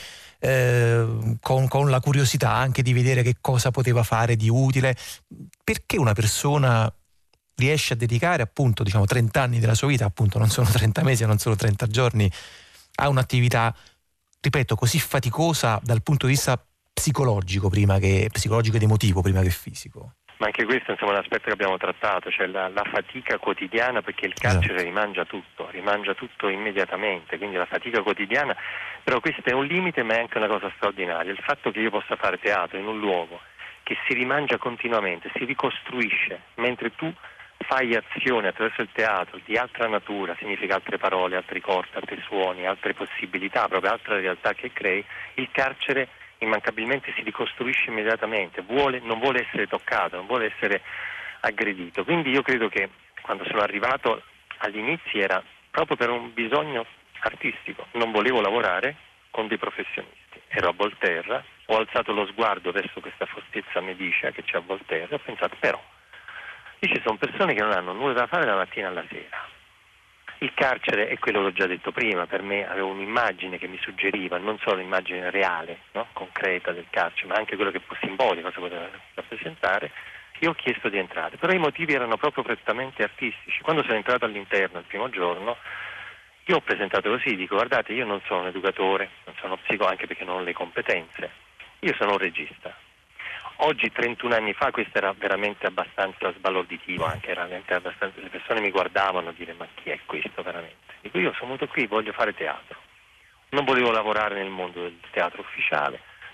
S1: eh, con, con la curiosità anche di vedere che cosa poteva fare di utile. Perché una persona riesce a dedicare appunto diciamo trenta anni della sua vita, appunto non sono trenta mesi, non sono trenta giorni, a un'attività, ripeto, così faticosa dal punto di vista psicologico prima che psicologico ed emotivo prima che fisico?
S4: Ma anche questo insomma, è un aspetto che abbiamo trattato, cioè la, la fatica quotidiana, perché il carcere esatto. rimangia tutto, rimangia tutto immediatamente, quindi la fatica quotidiana, però questo è un limite ma è anche una cosa straordinaria, il fatto che io possa fare teatro in un luogo che si rimangia continuamente, si ricostruisce, mentre tu fai azione attraverso il teatro di altra natura, significa altre parole, altri corpi, altri suoni, altre possibilità, proprio altra realtà che crei, il carcere immancabilmente si ricostruisce immediatamente, vuole, non vuole essere toccato, non vuole essere aggredito. Quindi io credo che quando sono arrivato agli inizi era proprio per un bisogno artistico, non volevo lavorare con dei professionisti, ero a Volterra, ho alzato lo sguardo verso questa fortezza medicea che c'è a Volterra e ho pensato però, lì ci sono persone che non hanno nulla da fare dalla mattina alla sera. Il carcere è quello che ho già detto prima, per me avevo un'immagine che mi suggeriva, non solo l'immagine reale, no? concreta del carcere, ma anche quello che può simbolico, cosa poteva rappresentare. Io ho chiesto di entrare, però i motivi erano proprio prettamente artistici. Quando sono entrato all'interno il primo giorno, io ho presentato così, dico guardate io non sono un educatore, non sono psicologo, anche perché non ho le competenze, io sono un regista. Oggi, trentuno anni fa, questo era veramente abbastanza sbalorditivo, anche veramente abbastanza, le persone mi guardavano a dire ma chi è questo veramente? Dico io sono venuto qui, voglio fare teatro. Non volevo lavorare nel mondo del teatro ufficiale,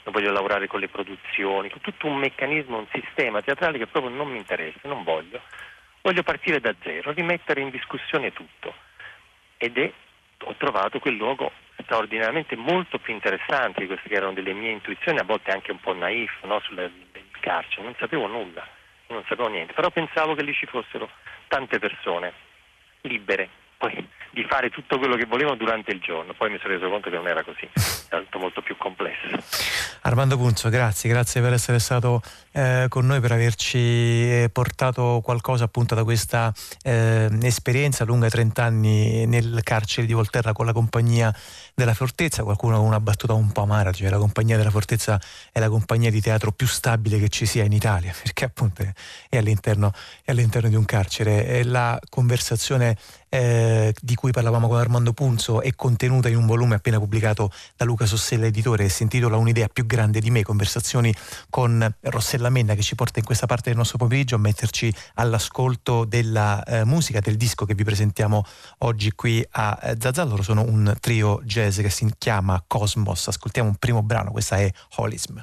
S4: non voglio lavorare con le produzioni, con tutto un meccanismo, un sistema teatrale che proprio non mi interessa, non voglio. Voglio partire da zero, rimettere in discussione tutto. Ed è, ho trovato quel luogo straordinariamente molto più interessante di queste che erano delle mie intuizioni, a volte anche un po' naif, no? Sulle carcere, non sapevo nulla, non sapevo niente, però pensavo che lì ci fossero tante persone libere poi di fare tutto quello che volevano durante il giorno. Poi mi sono reso conto che non era così, era tutto molto più complesso.
S1: Armando Punzo, grazie, grazie per essere stato eh, con noi, per averci portato qualcosa appunto da questa eh, esperienza lunga trenta anni nel carcere di Volterra con la compagnia della Fortezza. Qualcuno con una battuta un po' amara, cioè la compagnia della Fortezza è la compagnia di teatro più stabile che ci sia in Italia, perché appunto è all'interno, è all'interno di un carcere. E la conversazione eh, di cui parlavamo con Armando Punzo è contenuta in un volume appena pubblicato da Luca Sossella editore, si intitola Un'idea più grande di me, conversazioni con Rossella Menna, che ci porta in questa parte del nostro pomeriggio a metterci all'ascolto della eh, musica del disco che vi presentiamo oggi qui a eh, Zazà. Loro sono un trio jazz che si chiama Cosmos. Ascoltiamo un primo brano, questa è Holism.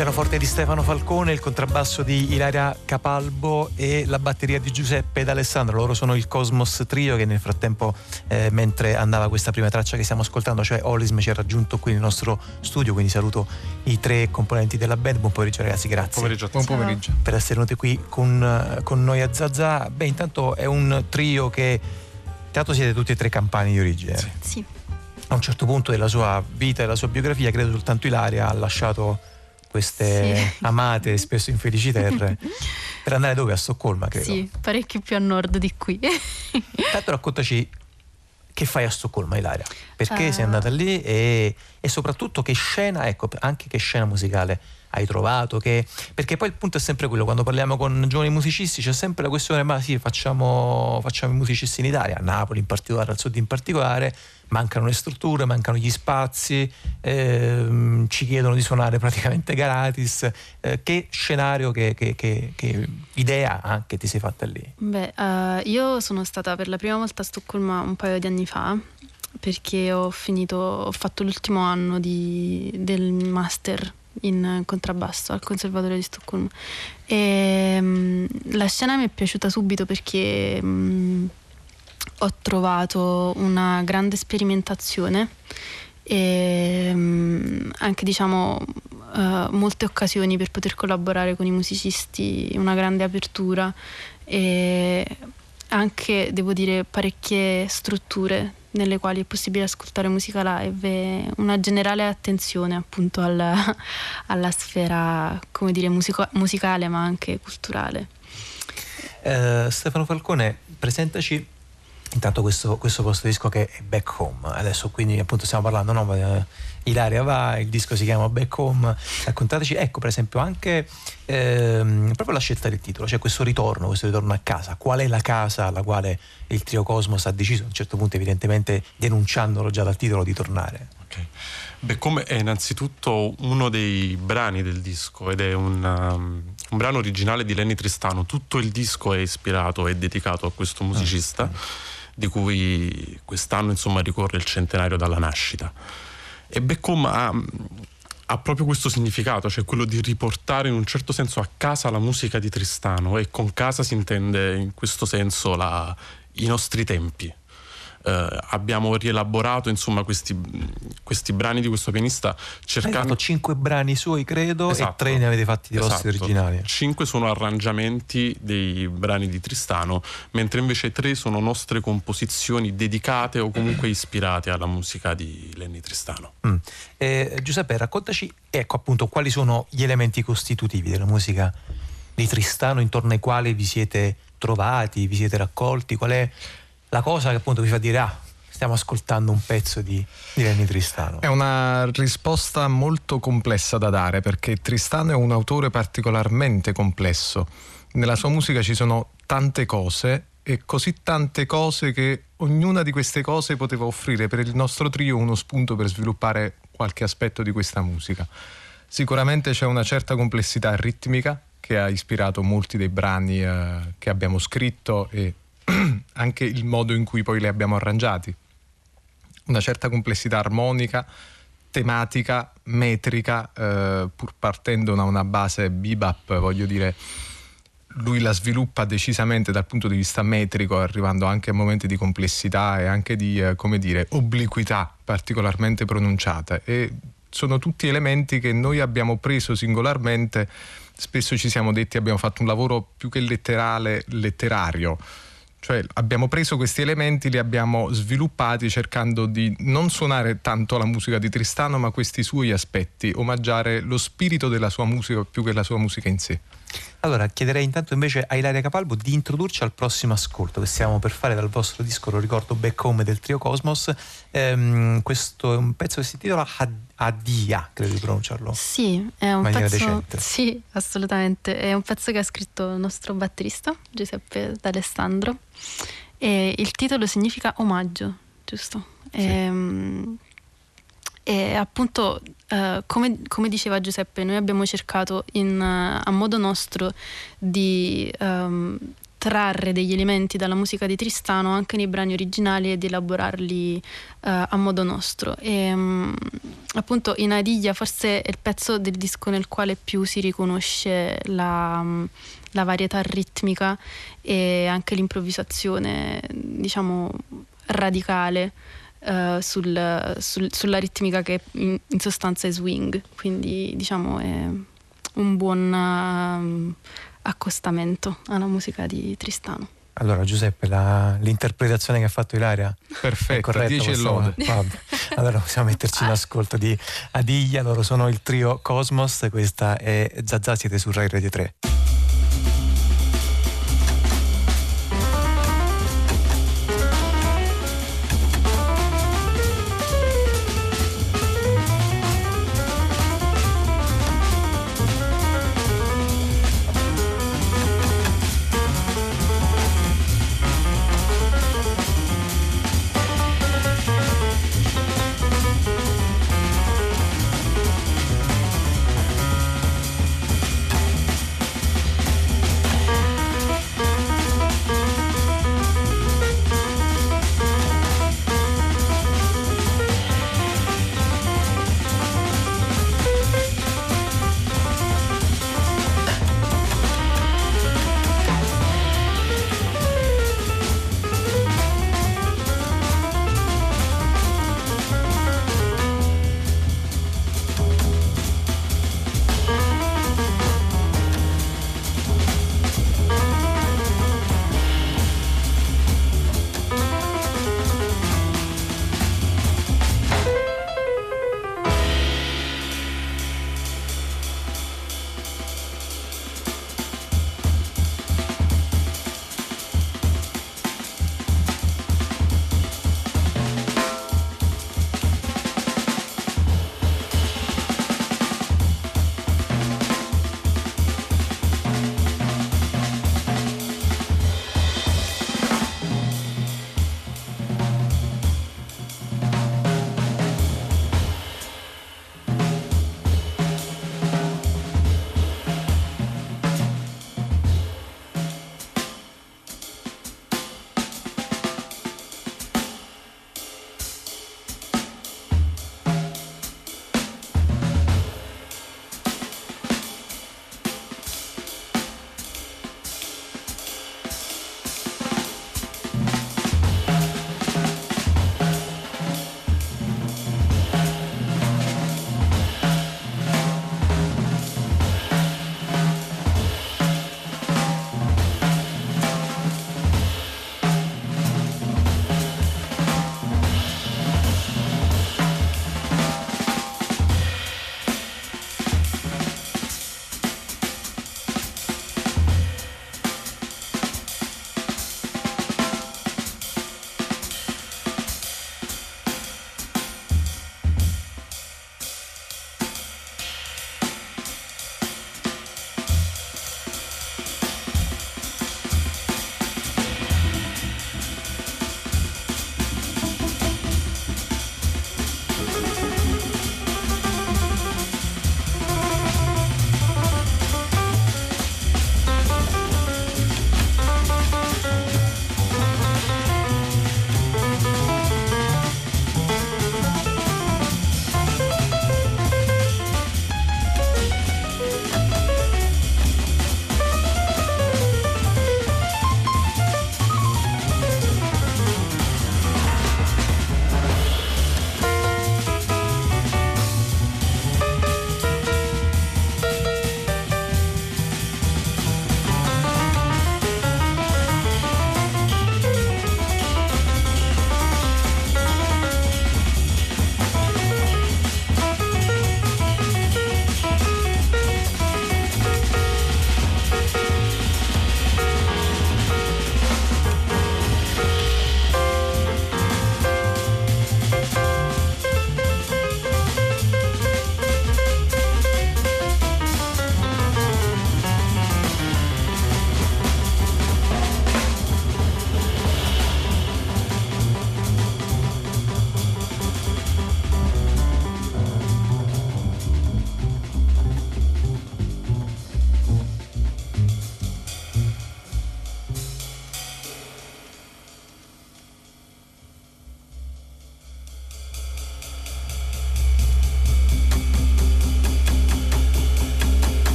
S1: pianoforte di Stefano Falcone, il contrabbasso di Ilaria Capalbo e la batteria di Giuseppe D'Alessandro. Loro sono il Cosmos Trio che nel frattempo, eh, mentre andava questa prima traccia che stiamo ascoltando, cioè Olism, ci ha raggiunto qui nel nostro studio, quindi saluto i tre componenti della band. Buon pomeriggio ragazzi, grazie.
S5: Buon pomeriggio.
S6: Buon pomeriggio.
S1: Per essere venuti qui con, con noi a Zazà. Beh, intanto è un trio che, tanto siete tutti e tre campani di origine.
S6: Sì.
S7: Sì.
S1: A un certo punto della sua vita e della sua biografia, credo soltanto Ilaria ha lasciato queste
S7: sì.
S1: amate, spesso infelici terre, per andare dove? A Stoccolma, credo.
S7: Sì, parecchio più a nord di qui.
S1: Tanto raccontaci che fai a Stoccolma, Ilaria, perché
S7: uh...
S1: sei andata lì e, e soprattutto che scena, ecco, anche che scena musicale hai trovato, che, perché poi il punto è sempre quello, quando parliamo con giovani musicisti c'è sempre la questione, ma sì, facciamo, facciamo i musicisti in Italia, a Napoli in particolare, al sud in particolare, mancano le strutture, mancano gli spazi, ehm, ci chiedono di suonare praticamente gratis. Eh, che scenario, che, che, che, che idea anche ti sei fatta lì?
S7: Beh, uh, io sono stata per la prima volta a Stoccolma un paio di anni fa, perché ho finito, ho fatto l'ultimo anno di, del master in contrabbasso al Conservatorio di Stoccolma e um, la scena mi è piaciuta subito perché um, ho trovato una grande sperimentazione e um, anche diciamo uh, molte occasioni per poter collaborare con i musicisti, una grande apertura e anche, devo dire, parecchie strutture nelle quali è possibile ascoltare musica live e una generale attenzione appunto alla, alla sfera, come dire, musico- musicale ma anche culturale.
S1: Eh, Stefano Falcone, presentaci intanto questo, questo vostro disco che è Back Home. Adesso quindi appunto stiamo parlando, no? Eh, Ilaria va, il disco si chiama Back Home. Raccontateci, ecco, per esempio anche ehm, proprio la scelta del titolo, cioè questo ritorno, questo ritorno a casa. Qual è la casa alla quale il trio Cosmos ha deciso a un certo punto, evidentemente denunciandolo già dal titolo, di tornare?
S5: Okay. Back Home è innanzitutto uno dei brani del disco ed è un, um, un brano originale di Lenny Tristano. Tutto il disco è ispirato e dedicato a questo musicista, mm. di cui quest'anno insomma ricorre il centenario dalla nascita. E Back Home ha, ha proprio questo significato, cioè quello di riportare in un certo senso a casa la musica di Tristano, e con casa si intende in questo senso la, i nostri tempi. Uh, abbiamo rielaborato insomma questi, questi brani di questo pianista cercando...
S1: Hai fatto cinque brani suoi, credo,
S5: esatto,
S1: e tre ne avete fatti di
S5: esatto.
S1: vostri originali.
S5: Cinque sono arrangiamenti dei brani di Tristano, mentre invece tre sono nostre composizioni dedicate o comunque ispirate alla musica di Lenny Tristano.
S1: Mm. Eh, Giuseppe, raccontaci, ecco appunto, quali sono gli elementi costitutivi della musica di Tristano intorno ai quali vi siete trovati, vi siete raccolti, qual è la cosa che appunto vi fa dire ah, stiamo ascoltando un pezzo di, di Lenny Tristano?
S6: È una risposta molto complessa da dare, perché Tristano è un autore particolarmente complesso. Nella sua musica ci sono tante cose, e così tante cose che ognuna di queste cose poteva offrire per il nostro trio uno spunto per sviluppare qualche aspetto di questa musica. Sicuramente c'è una certa complessità ritmica che ha ispirato molti dei brani eh, che abbiamo scritto, e anche il modo in cui poi li abbiamo arrangiati. Una certa complessità armonica, tematica, metrica, eh, pur partendo da una base bebop, voglio dire, lui la sviluppa decisamente dal punto di vista metrico, arrivando anche a momenti di complessità e anche di, eh, come dire, obliquità particolarmente pronunciate. E sono tutti elementi che noi abbiamo preso singolarmente. Spesso ci siamo detti abbiamo fatto un lavoro più che letterale, letterario. Cioè abbiamo preso questi elementi, li abbiamo sviluppati cercando di non suonare tanto la musica di Tristano, ma questi suoi aspetti, omaggiare lo spirito della sua musica più che la sua musica in sé.
S1: Allora chiederei intanto invece a Ilaria Capalbo di introdurci al prossimo ascolto che stiamo per fare dal vostro disco, lo ricordo, Back Home del trio Cosmos. Ehm, questo è un pezzo che si intitola Adia, credo di pronunciarlo
S7: sì, è un
S1: maniera
S7: pezzo
S1: decente.
S7: Sì, assolutamente, è un pezzo che ha scritto il nostro batterista Giuseppe D'Alessandro e il titolo significa omaggio, giusto? Sì. E, e appunto uh, come, come diceva Giuseppe, noi abbiamo cercato in, uh, a modo nostro di um, trarre degli elementi dalla musica di Tristano anche nei brani originali ed elaborarli uh, a modo nostro. E um, appunto in Adiglia forse è il pezzo del disco nel quale più si riconosce la, um, la varietà ritmica e anche l'improvvisazione, diciamo, radicale uh, sul, sul, sulla ritmica che in, in sostanza è swing, quindi diciamo è un buon uh, accostamento alla musica di Tristano.
S1: Allora Giuseppe, la, l'interpretazione che ha fatto Ilaria
S6: perfetto, dieci lode.
S1: Allora possiamo metterci in ascolto di Adiglia. Loro sono il trio Cosmos, questa è Zazà, siete su Rai Radio tre.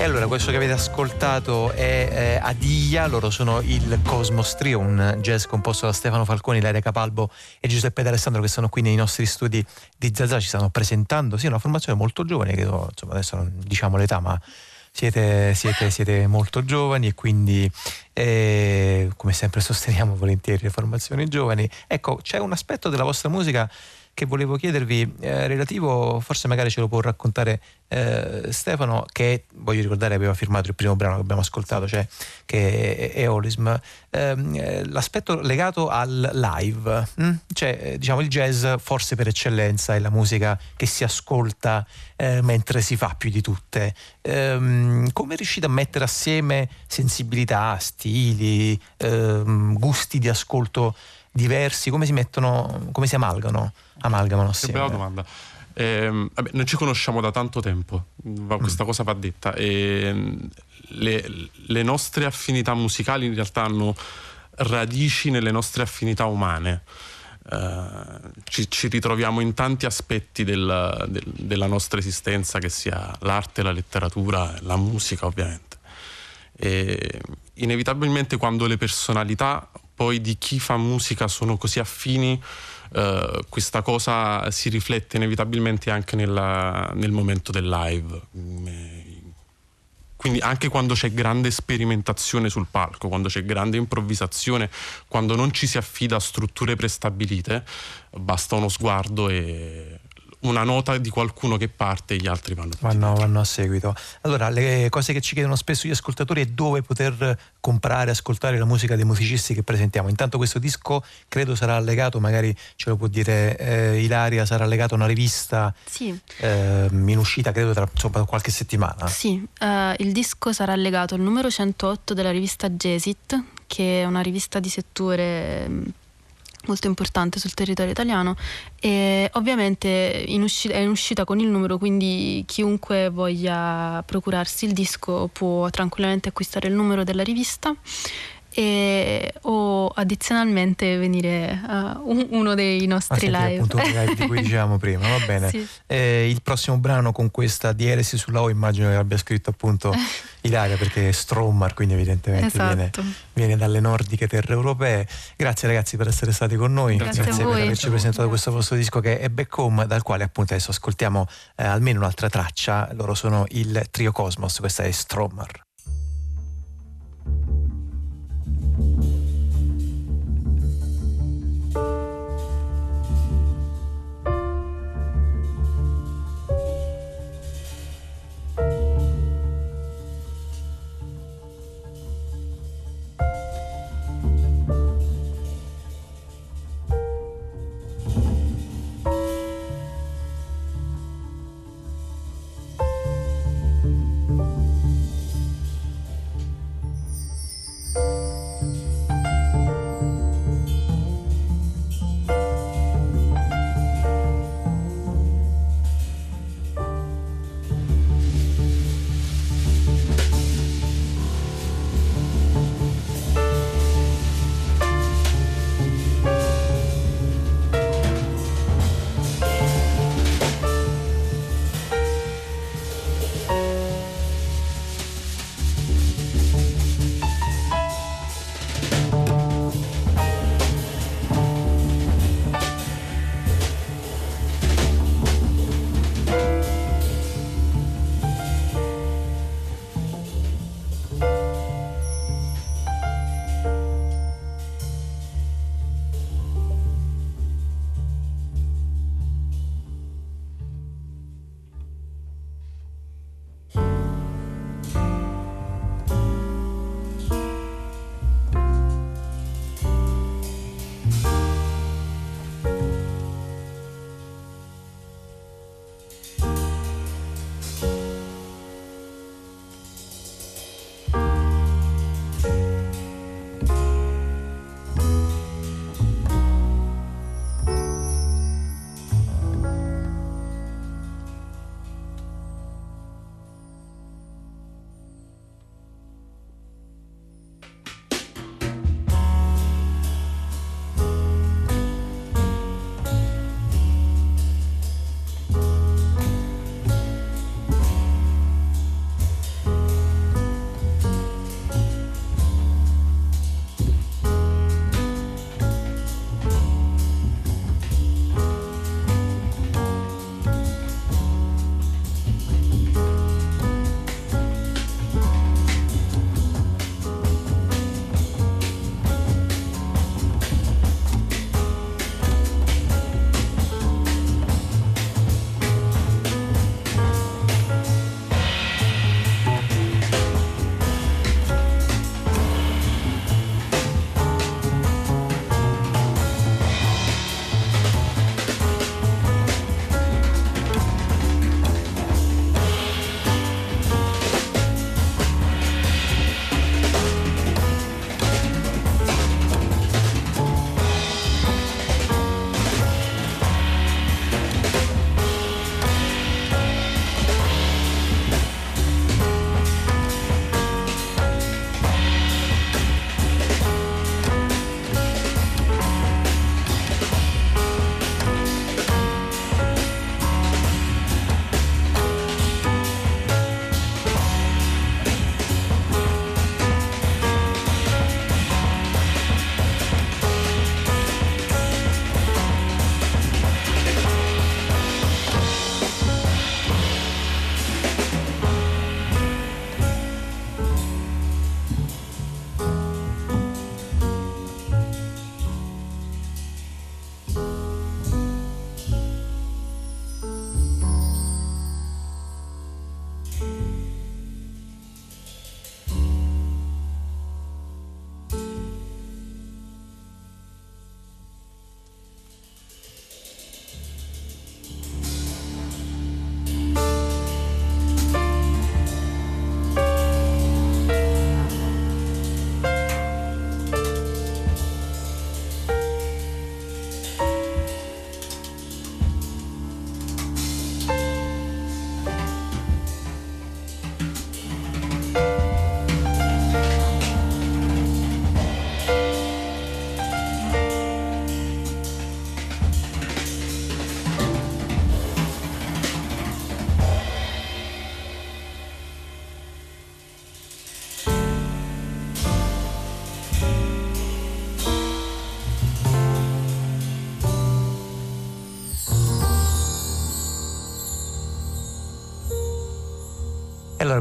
S1: E allora questo che avete ascoltato è eh, Adia, loro sono il Cosmos Trio, un jazz composto da Stefano Falconi, Ilaria Capalbo e Giuseppe D'Alessandro, che sono qui nei nostri studi di Zazà, ci stanno presentando, sì, una formazione molto giovane, che insomma adesso non diciamo l'età, ma siete, siete, siete molto giovani e quindi eh, come sempre sosteniamo volentieri le formazioni giovani. Ecco, c'è un aspetto della vostra musica che volevo chiedervi eh, relativo, forse magari ce lo può raccontare eh, Stefano, che voglio ricordare aveva firmato il primo brano che abbiamo ascoltato, cioè che è Eolism, eh, l'aspetto legato al live, hm? Cioè diciamo il jazz forse per eccellenza è la musica che si ascolta eh, mentre si fa più di tutte. Eh, come riuscite a mettere assieme sensibilità, stili, eh, gusti di ascolto diversi, come si mettono, come si amalgano, amalgamano assieme?
S5: Che bella domanda. Eh, vabbè, noi ci conosciamo da tanto tempo, questa mm. cosa va detta, e le, le nostre affinità musicali in realtà hanno radici nelle nostre affinità umane. Eh, ci, ci ritroviamo in tanti aspetti del, del, della nostra esistenza, che sia l'arte, la letteratura, la musica ovviamente. E inevitabilmente quando le personalità poi di chi fa musica sono così affini, eh, questa cosa si riflette inevitabilmente anche nella, nel momento del live. Quindi anche quando c'è grande sperimentazione sul palco, quando c'è grande improvvisazione, quando non ci si affida a strutture prestabilite, basta uno sguardo e una nota di qualcuno che parte e gli altri vanno tutti
S1: vanno, vanno a seguito. Allora, le cose che ci chiedono spesso gli ascoltatori è dove poter comprare, ascoltare la musica dei musicisti che presentiamo. Intanto questo disco credo sarà allegato, magari ce lo può dire eh, Ilaria, sarà allegato a una rivista
S7: sì.
S1: eh, in uscita credo tra insomma, qualche settimana.
S7: Sì, uh, il disco sarà allegato al numero centootto della rivista Jazzit, che è una rivista di settore molto importante sul territorio italiano, e ovviamente in uscita, è in uscita con il numero, quindi chiunque voglia procurarsi il disco può tranquillamente acquistare il numero della rivista e, o addizionalmente venire a un, uno dei nostri live.
S1: Appunto, live di cui dicevamo prima, va bene. Sì. Eh, il prossimo brano con questa dieresi sulla O immagino che abbia scritto appunto Ilaria, perché è Strommar, quindi evidentemente
S7: esatto.
S1: viene, viene dalle nordiche terre europee. Grazie ragazzi per essere stati con noi,
S7: grazie,
S1: grazie
S7: per
S1: averci presentato questo vostro disco che è Back Home, dal quale appunto adesso ascoltiamo eh, almeno un'altra traccia. Loro sono il Trio Cosmos, questa è Strommar.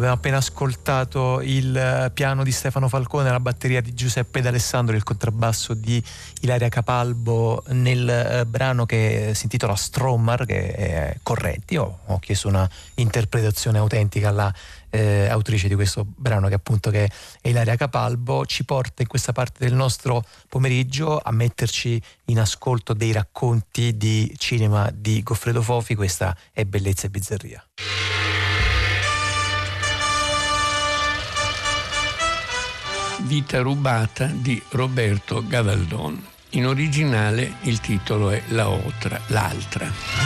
S1: abbiamo appena ascoltato il piano di Stefano Falcone, la batteria di Giuseppe D'Alessandro, il contrabbasso di Ilaria Capalbo nel eh, brano che si intitola Strommar, che è Corretti. Io ho chiesto una interpretazione autentica alla eh, autrice di questo brano, che appunto che è Ilaria Capalbo. Ci porta in questa parte del nostro pomeriggio a metterci in ascolto dei racconti di cinema di Goffredo Fofi. Questa è Bellezza e bizzarria.
S8: Vita rubata di Roberto Gavaldon. In originale il titolo è La Otra, l'altra.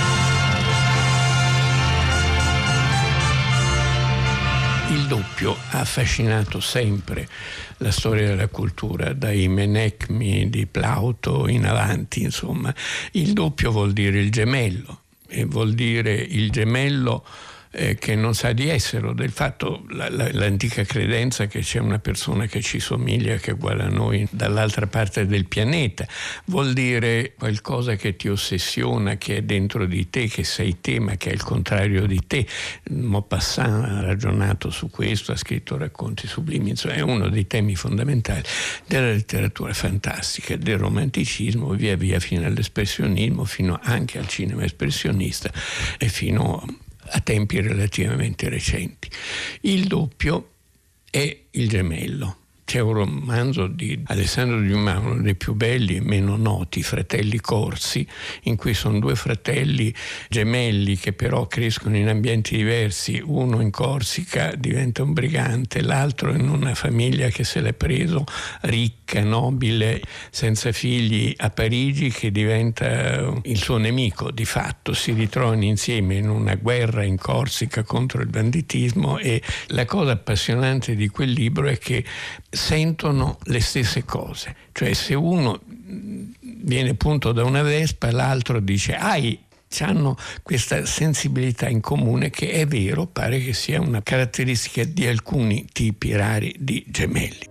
S8: Il doppio ha affascinato sempre la storia della cultura, dai Menechmi di Plauto in avanti, insomma. Il doppio vuol dire il gemello, e vuol dire il gemello Eh, che non sa di essere, del fatto la, la, l'antica credenza che c'è una persona che ci somiglia, che è uguale a noi dall'altra parte del pianeta, vuol dire qualcosa che ti ossessiona, che è dentro di te, che sei te ma che è il contrario di te. Maupassant ha ragionato su questo, ha scritto racconti sublimi, insomma è uno dei temi fondamentali della letteratura fantastica, del romanticismo, via via fino all'espressionismo, fino anche al cinema espressionista e fino a tempi relativamente recenti. Il doppio è il gemello. C'è un romanzo di Alessandro Dumas, uno dei più belli e meno noti, Fratelli Corsi, in cui sono due fratelli gemelli che però crescono in ambienti diversi. Uno in Corsica diventa un brigante, l'altro in una famiglia che se l'è preso, ricca, nobile, senza figli, a Parigi, che diventa il suo nemico. Di fatto si ritrovano insieme in una guerra in Corsica contro il banditismo, e la cosa appassionante di quel libro è che sentono le stesse cose, cioè se uno viene punto da una vespa, l'altro dice ai, hanno questa sensibilità in comune, che è vero, pare che sia una caratteristica di alcuni tipi rari di gemelli.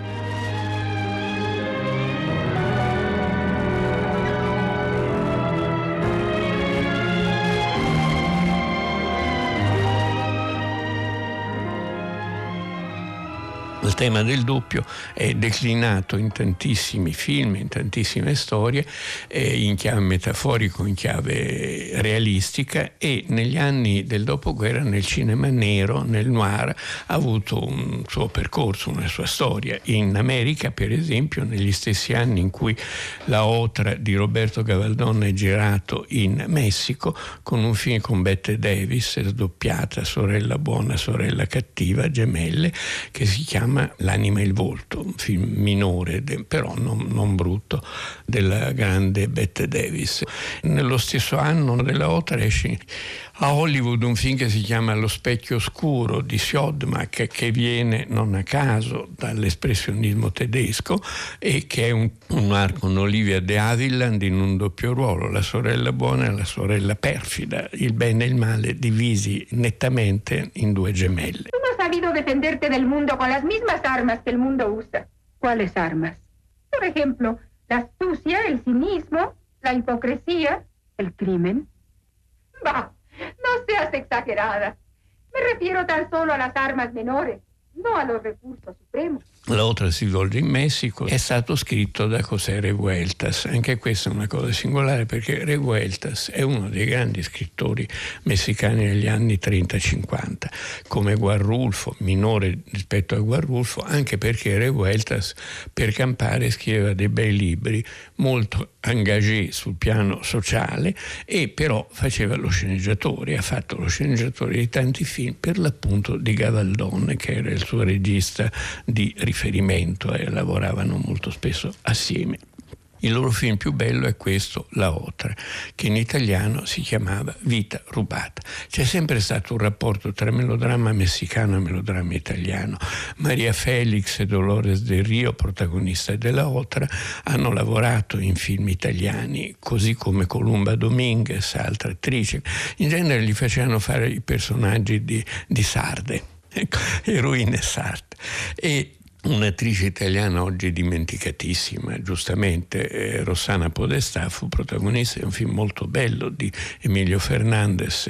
S8: Il tema del doppio è declinato in tantissimi film, in tantissime storie, eh, in chiave metaforico, in chiave realistica, e negli anni del dopoguerra nel cinema nero, nel noir, ha avuto un suo percorso, una sua storia. In America, per esempio, negli stessi anni in cui La Otra di Roberto Gavaldon è girato in Messico, con un film con Bette Davis, sdoppiata, sorella buona, sorella cattiva, gemelle, che si chiama L'anima e il volto, un film minore, però non, non brutto, della grande Bette Davis. Nello stesso anno della Otra esce a Hollywood un film che si chiama Lo specchio oscuro di Siodmak, che viene non a caso dall'espressionismo tedesco e che è un, un arco con Olivia de Havilland in un doppio ruolo, la sorella buona e la sorella perfida, il bene e il male divisi nettamente in due gemelle.
S9: Tú no has sabido defenderte del mundo con las mismas armas que el mundo usa. ¿Cuáles armas? Por ejemplo, la astucia, el cinismo, la hipocresía, el crimen. Bah, no seas exagerada. Me refiero tan solo a las armas menores, no a los recursos supremos.
S8: La Otra si svolge in Messico, è stato scritto da José Revueltas. Anche questa è una cosa singolare, perché Revueltas è uno dei grandi scrittori messicani degli anni trenta cinquanta, come Guarrulfo, minore rispetto a Guarrulfo, anche perché Revueltas per campare scriveva dei bei libri molto engagé sul piano sociale, e però faceva lo sceneggiatore, ha fatto lo sceneggiatore di tanti film, per l'appunto di Gavaldon, che era il suo regista di riferimento, e lavoravano molto spesso assieme. Il loro film più bello è questo, La Otra, che in italiano si chiamava Vita rubata. C'è sempre stato un rapporto tra melodramma messicano e melodramma italiano. Maria Felix e Dolores del Rio, protagoniste della Otra, hanno lavorato in film italiani, così come Columba Dominguez, altra attrice. In genere gli facevano fare i personaggi di, di sarde, ecco, eroine sarde. E un'attrice italiana oggi dimenticatissima, giustamente, eh, Rossana Podestà, fu protagonista di un film molto bello di Emilio Fernandez,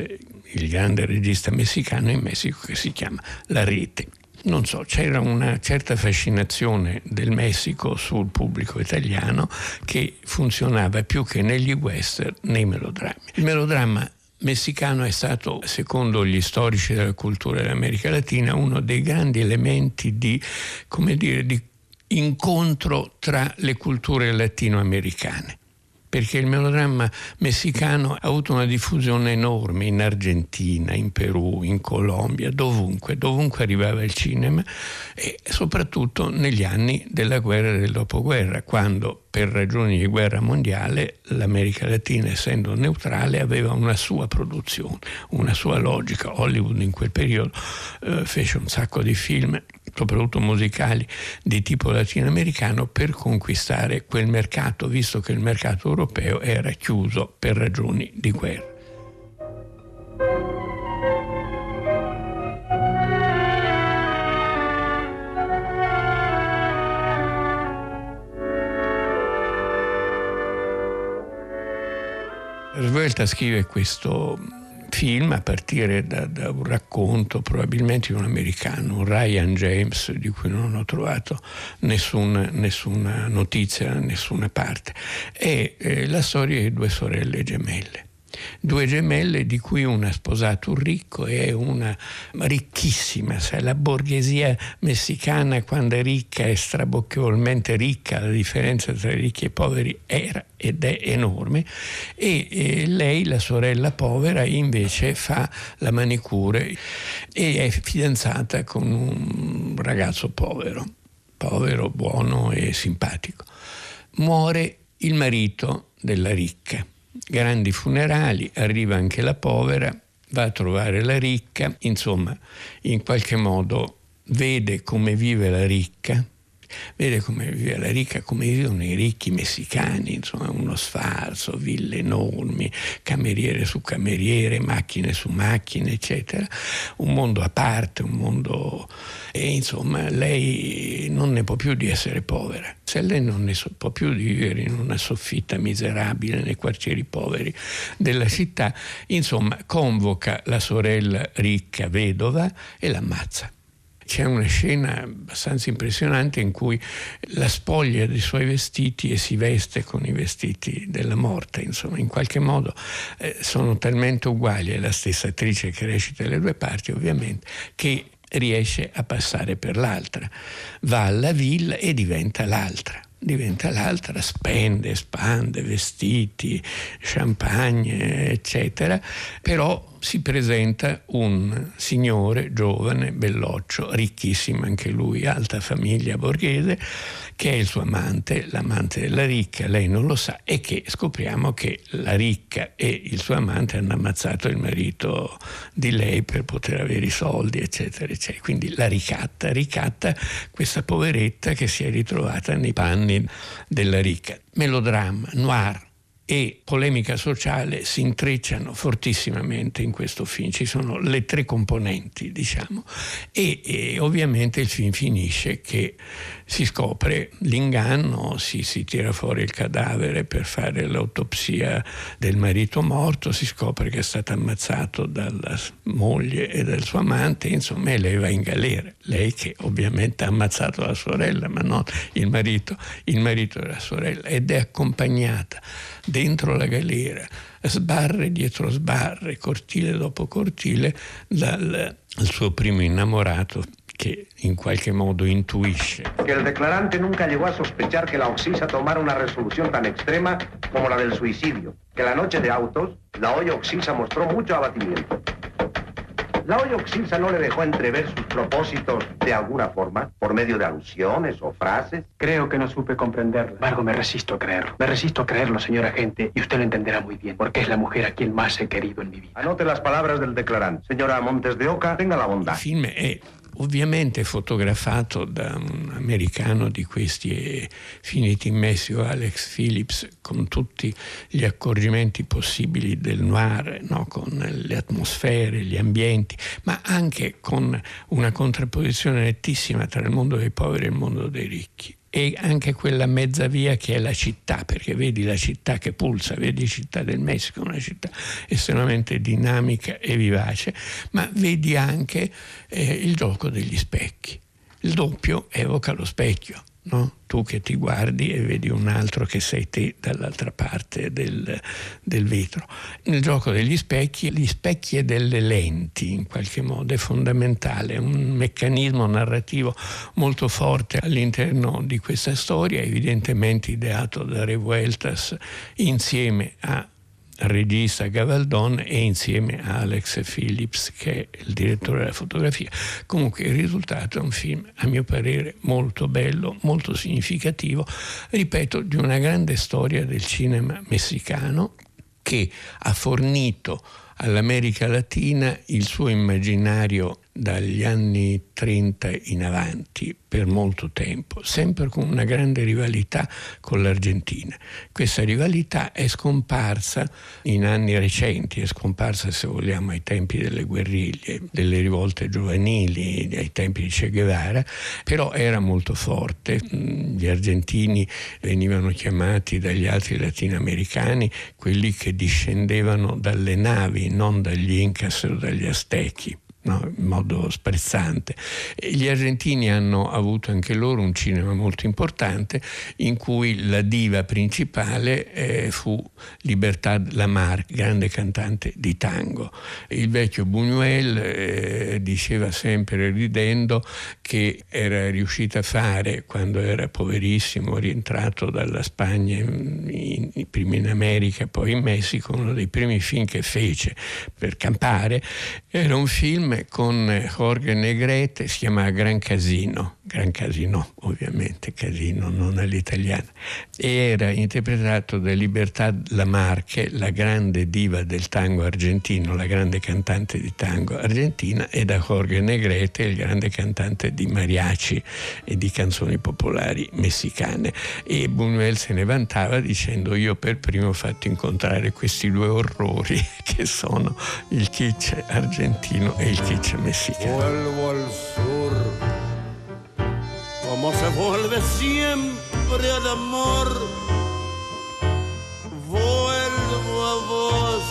S8: il grande regista messicano in Messico, che si chiama La Rete. Non so, c'era una certa fascinazione del Messico sul pubblico italiano che funzionava più che negli western nei melodrammi. Il melodramma messicano è stato, secondo gli storici della cultura dell'America Latina, uno dei grandi elementi di, come dire, di incontro tra le culture latinoamericane, perché il melodramma messicano ha avuto una diffusione enorme in Argentina, in Perù, in Colombia, dovunque, dovunque arrivava il cinema, e soprattutto negli anni della guerra e del dopoguerra, quando per ragioni di guerra mondiale l'America Latina, essendo neutrale, aveva una sua produzione, una sua logica. Hollywood in quel periodo eh, fece un sacco di film, soprattutto musicali di tipo latinoamericano, per conquistare quel mercato, visto che il mercato europeo era chiuso per ragioni di guerra. Svelta scrive questo film a partire da, da un racconto probabilmente di un americano, un Ryan James, di cui non ho trovato nessun, nessuna notizia da nessuna parte. È eh, la storia di due sorelle gemelle. Due gemelle di cui una ha sposato un ricco e una ricchissima. Sai, la borghesia messicana, quando è ricca, è strabocchevolmente ricca, la differenza tra ricchi e poveri era ed è enorme, e, e lei, la sorella povera, invece fa la manicure e è fidanzata con un ragazzo povero, povero, buono e simpatico. Muore il marito della ricca. Grandi funerali, arriva anche la povera, va a trovare la ricca, insomma, in qualche modo vede come vive la ricca, vede come vive la ricca, come vivono i ricchi messicani, insomma, uno sfarzo, ville enormi, cameriere su cameriere, macchine su macchine, eccetera, un mondo a parte, un mondo... E insomma, lei non ne può più di essere povera. Se lei non ne può più di vivere in una soffitta miserabile nei quartieri poveri della città, insomma, convoca la sorella ricca vedova e l'ammazza. C'è una scena abbastanza impressionante in cui la spoglia dei suoi vestiti e si veste con i vestiti della morta. Insomma, in qualche modo eh, sono talmente uguali, è la stessa attrice che recita le due parti, ovviamente, che riesce a passare per l'altra. Va alla villa e diventa l'altra. Diventa l'altra, spende, spande, vestiti, champagne, eccetera, però si presenta un signore giovane, belloccio, ricchissimo anche lui, alta famiglia borghese, che è il suo amante, l'amante della ricca, lei non lo sa, e che scopriamo che la ricca e il suo amante hanno ammazzato il marito di lei per poter avere i soldi, eccetera, eccetera. Quindi la ricatta, ricatta questa poveretta che si è ritrovata nei panni della ricca. Melodramma, noir e polemica sociale si intrecciano fortissimamente in questo film. Ci sono le tre componenti, diciamo, e, e ovviamente il film finisce che si scopre l'inganno, si, si tira fuori il cadavere per fare l'autopsia del marito morto, si scopre che è stato ammazzato dalla moglie e dal suo amante, insomma, e lei va in galera. Lei che ovviamente ha ammazzato la sorella, ma non il marito, il marito della sorella, ed è accompagnata dentro la galera, sbarre dietro sbarre, cortile dopo cortile, dal, dal suo primo innamorato, que en cualquier modo intuisce.
S10: Que el declarante nunca llegó a sospechar que la Oxisa tomara una resolución tan extrema como la del suicidio, que la noche de autos la olla Oxisa mostró mucho abatimiento. ¿La olla Oxisa no le dejó entrever sus propósitos de alguna forma, por medio de alusiones o frases?
S11: Creo que no supe comprenderla. Embargo, me resisto a creerlo. Me resisto a creerlo, señor agente, y usted lo entenderá muy bien, porque es la mujer a quien más he querido en mi vida.
S10: Anote las palabras del declarante. Señora Montes de Oca, tenga la bondad.
S8: Il film è ovviamente fotografato da un americano di questi eh, finiti in Messico, Alex Phillips, con tutti gli accorgimenti possibili del noir, no? Con le atmosfere, gli ambienti, ma anche con una contrapposizione nettissima tra il mondo dei poveri e il mondo dei ricchi. e anche quella mezza via che è la città, perché vedi la città che pulsa, vedi Città del Messico, una città estremamente dinamica e vivace, ma vedi anche eh, il gioco degli specchi. Il doppio evoca lo specchio, no? Tu che ti guardi e vedi un altro che sei te dall'altra parte del, del vetro. Nel gioco degli specchi, gli specchi e delle lenti in qualche modo è fondamentale, un meccanismo narrativo molto forte all'interno di questa storia, evidentemente ideato da Revueltas insieme a al regista Gavaldon e insieme a Alex Phillips, che è il direttore della fotografia. Comunque il risultato è un film, a mio parere, molto bello, molto significativo, ripeto, di una grande storia del cinema messicano che ha fornito all'America Latina il suo immaginario dagli anni trenta in avanti per molto tempo, sempre con una grande rivalità con l'Argentina. Questa rivalità è scomparsa in anni recenti, è scomparsa, se vogliamo, ai tempi delle guerriglie, delle rivolte giovanili, ai tempi di Che Guevara, però era molto forte. Gli argentini venivano chiamati dagli altri latinoamericani quelli che discendevano dalle navi, non dagli Incas o dagli Aztechi. No, in modo sprezzante. E gli argentini hanno avuto anche loro un cinema molto importante in cui la diva principale eh, fu Libertad Lamar, grande cantante di tango. Il vecchio Buñuel eh, diceva sempre ridendo che era riuscito a fare, quando era poverissimo, rientrato dalla Spagna in, in, prima in America poi in Messico, uno dei primi film che fece per campare era un film con Jorge Negrete, si chiama Gran Casino, Gran Casino ovviamente, Casino non all'italiana, e era interpretato da Libertad Lamarque, la grande diva del tango argentino, la grande cantante di tango argentina, e da Jorge Negrete, il grande cantante di mariachi e di canzoni popolari messicane. E Buñuel se ne vantava dicendo: io per primo ho fatto incontrare questi due orrori che sono il kitsch argentino e il kitsch mexicano.
S12: Vuelvo al sur, como se vuelve siempre al amor. Vuelvo a vos,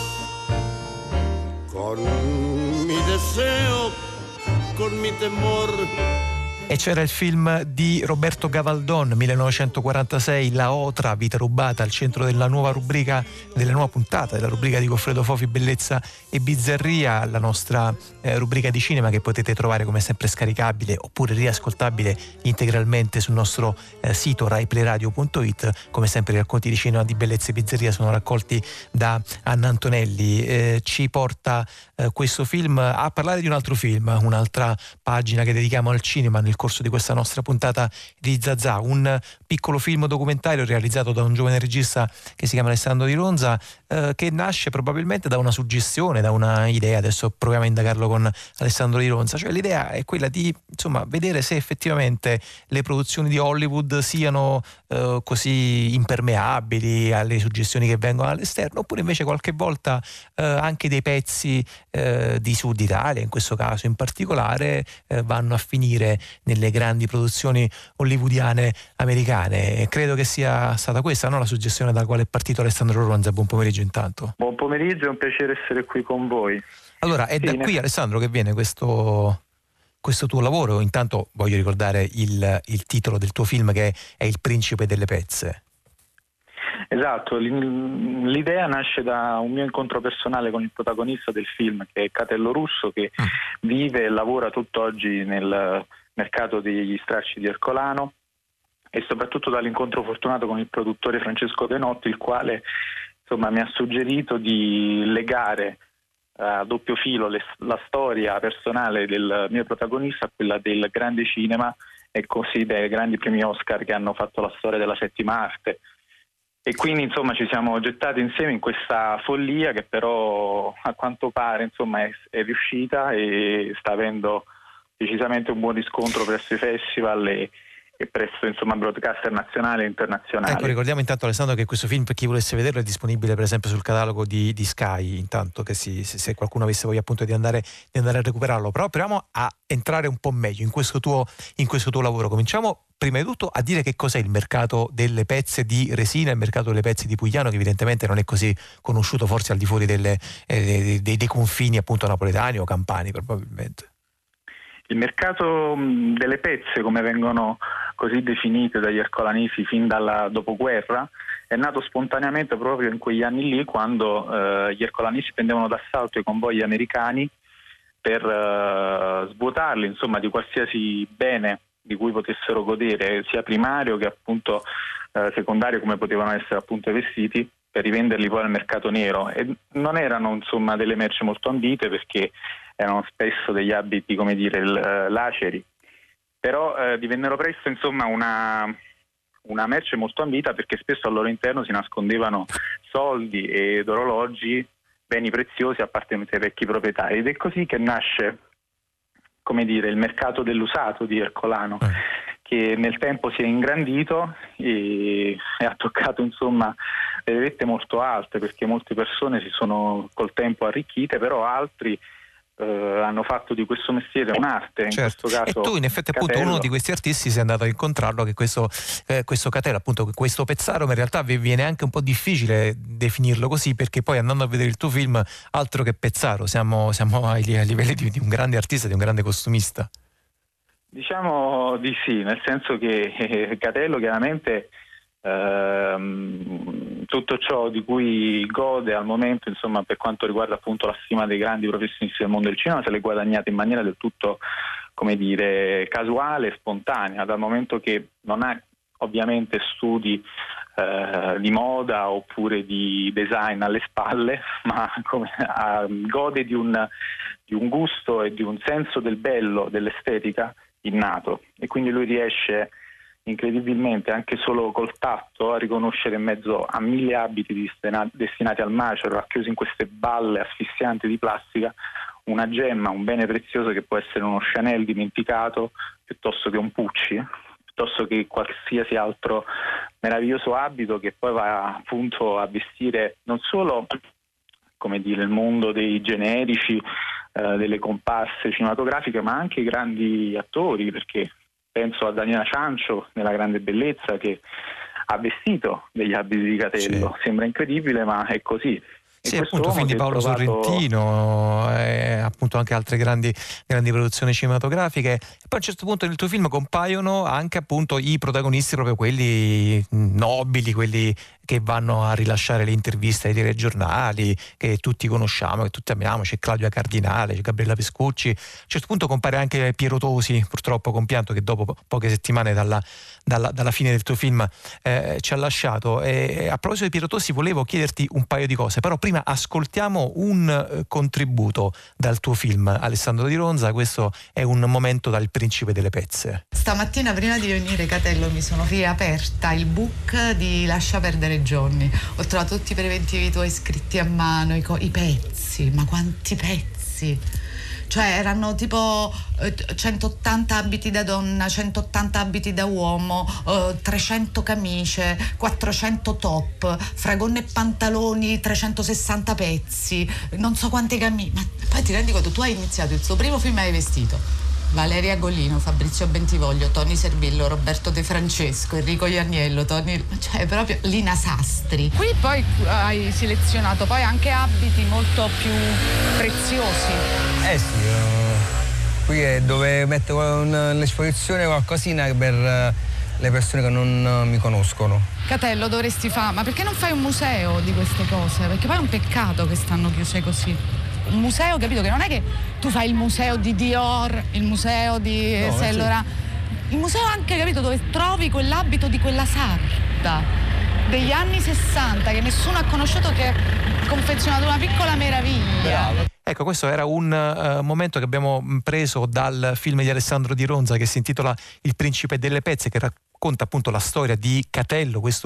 S12: con mi deseo, con mi temor.
S1: E c'era il film di Roberto Gavaldon, millenovecentoquarantasei, La Otra, vita rubata, al centro della nuova rubrica, della nuova puntata della rubrica di Goffredo Fofi, Bellezza e Bizzarria, la nostra eh, rubrica di cinema che potete trovare come sempre scaricabile oppure riascoltabile integralmente sul nostro eh, sito rai play radio punto it. Come sempre i racconti di cinema di Bellezza e Bizzarria sono raccolti da Anna Antonelli. Eh, ci porta eh, questo film a parlare di un altro film, un'altra pagina che dedichiamo al cinema nel corso di questa nostra puntata di Zazà, un piccolo film documentario realizzato da un giovane regista che si chiama Alessandro Di Ronza, eh, che nasce probabilmente da una suggestione, da una idea. Adesso proviamo a indagarlo con Alessandro Di Ronza. Cioè l'idea è quella di, insomma, vedere se effettivamente le produzioni di Hollywood siano eh, così impermeabili alle suggestioni che vengono all'esterno, oppure invece qualche volta eh, anche dei pezzi eh, di Sud Italia, in questo caso in particolare, eh, vanno a finire nelle grandi produzioni hollywoodiane americane. E credo che sia stata questa, no, la suggestione dalla quale è partito Alessandro Ronza. Buon pomeriggio intanto.
S13: Buon pomeriggio, è un piacere essere qui con voi.
S1: Allora, è sì, da qui, Alessandro, che viene questo, questo tuo lavoro. Intanto voglio ricordare il, il titolo del tuo film, che è Il principe delle pezze.
S13: Esatto, l'idea nasce da un mio incontro personale con il protagonista del film, che è Catello Russo, che mm. vive e lavora tutt'oggi nel mercato degli stracci di Ercolano, e soprattutto dall'incontro fortunato con il produttore Francesco Penotti, il quale insomma mi ha suggerito di legare a doppio filo le, la storia personale del mio protagonista a quella del grande cinema e così dei grandi premi Oscar che hanno fatto la storia della settima arte. E quindi insomma ci siamo gettati insieme in questa follia che però a quanto pare insomma è, è riuscita e sta avendo decisamente un buon riscontro presso i festival e, e presso insomma broadcaster nazionali e internazionali.
S1: Ecco, ricordiamo intanto, Alessandro, che questo film, per chi volesse vederlo, è disponibile per esempio sul catalogo di, di Sky, intanto che si, se, se qualcuno avesse voglia appunto di andare, di andare a recuperarlo. Però proviamo a entrare un po' meglio in questo tuo, in questo tuo lavoro. Cominciamo prima di tutto a dire che cos'è il mercato delle pezze di resina, il mercato delle pezze di Pugliano, che evidentemente non è così conosciuto forse al di fuori delle, eh, dei, dei confini appunto napoletani o campani probabilmente.
S13: Il mercato delle pezze, come vengono così definite dagli ercolanesi fin dal dopoguerra, è nato spontaneamente proprio in quegli anni lì, quando eh, gli ercolanesi prendevano d'assalto i convogli americani per eh, svuotarli, insomma, di qualsiasi bene di cui potessero godere, sia primario che appunto eh, secondario, come potevano essere appunto i vestiti, per rivenderli poi al mercato nero. E non erano, insomma, delle merci molto ambite, perché erano spesso degli abiti, come dire, l- laceri, però eh, divennero presto, insomma, una, una merce molto ambita, perché spesso al loro interno si nascondevano soldi ed orologi, beni preziosi appartenenti ai vecchi proprietari, ed è così che nasce, come dire, il mercato dell'usato di Ercolano, che nel tempo si è ingrandito e, e ha toccato, insomma, delle vette molto alte, perché molte persone si sono col tempo arricchite, però altri Uh, hanno fatto di questo mestiere un'arte, in
S1: certo.
S13: questo caso.
S1: E tu in effetti appunto
S13: Catello.
S1: uno di questi artisti sei andato a incontrarlo, che questo, eh, questo Catello, appunto questo Pezzaro, ma in realtà viene anche un po' difficile definirlo così, perché poi andando a vedere il tuo film, altro che Pezzaro, siamo, siamo ai, ai livelli di, di un grande artista, di un grande costumista.
S13: Diciamo di sì, nel senso che eh, Catello chiaramente Ehm, tutto ciò di cui gode al momento, insomma, per quanto riguarda appunto la stima dei grandi professionisti del mondo del cinema, se l'è guadagnata in maniera del tutto, come dire, casuale e spontanea, dal momento che non ha ovviamente studi eh, di moda oppure di design alle spalle, ma come, ah, gode di un, di un gusto e di un senso del bello, dell'estetica innato, e quindi lui riesce incredibilmente, anche solo col tatto, a riconoscere in mezzo a mille abiti destinati al macero, racchiusi in queste balle asfissianti di plastica, una gemma, un bene prezioso che può essere uno Chanel dimenticato, piuttosto che un Pucci, piuttosto che qualsiasi altro meraviglioso abito che poi va appunto a vestire non solo, come dire, il mondo dei generici, eh, delle comparse cinematografiche, ma anche i grandi attori, perché penso a Daniela Ciancio nella Grande Bellezza, che ha vestito degli abiti di Catello. Sì. Sembra incredibile, ma è così.
S1: Sì, appunto, film di Paolo trovato... Sorrentino, e appunto anche altre grandi, grandi produzioni cinematografiche. E poi a un certo punto nel tuo film compaiono anche appunto i protagonisti, proprio quelli nobili, quelli che vanno a rilasciare le interviste ai telegiornali, che tutti conosciamo, che tutti amiamo. C'è Claudia Cardinale, c'è Gabriella Pescucci. A un certo punto compare anche Piero Tosi, purtroppo compianto, che dopo po- poche settimane dalla, dalla, dalla fine del tuo film eh, ci ha lasciato. E a proposito di Piero Tosi volevo chiederti un paio di cose, però prima ascoltiamo un eh, contributo dal tuo film, Alessandro Di Ronza. Questo è un momento dal Principe delle Pezze.
S14: Stamattina prima di venire, Catello, mi sono riaperta il book di Lascia perdere Johnny. Ho trovato tutti i preventivi tuoi scritti a mano, i, co- i pezzi, ma quanti pezzi! Cioè erano tipo eh, centottanta abiti da donna, centottanta abiti da uomo, eh, trecento camicie, quattrocento top, fragone e pantaloni, trecentosessanta pezzi, non so quante camicie. Ma poi ti rendi conto, tu hai iniziato il suo primo film e hai vestito Valeria Golino, Fabrizio Bentivoglio, Tony Servillo, Roberto De Francesco, Enrico Ianiello, Tony, cioè proprio Lina Sastri.
S15: Qui poi hai selezionato poi anche abiti molto più preziosi.
S16: Eh sì, uh, qui è dove metto nell'esposizione qualcosina per uh, le persone che non uh, mi conoscono.
S15: Catello, dovresti fare, ma perché non fai un museo di queste cose? Perché poi è un peccato che stanno chiuse così. Un museo, capito, che non è che tu fai il museo di Dior, il museo di no, Saint Laurent, sì. Il museo anche, capito, dove trovi quell'abito di quella sarda degli anni sessanta che nessuno ha conosciuto, che ha confezionato una piccola meraviglia.
S1: Bravo. Ecco, questo era un uh, momento che abbiamo preso dal film di Alessandro Di Ronza, che si intitola Il Principe delle Pezze, che racconta appunto la storia di Catello, questo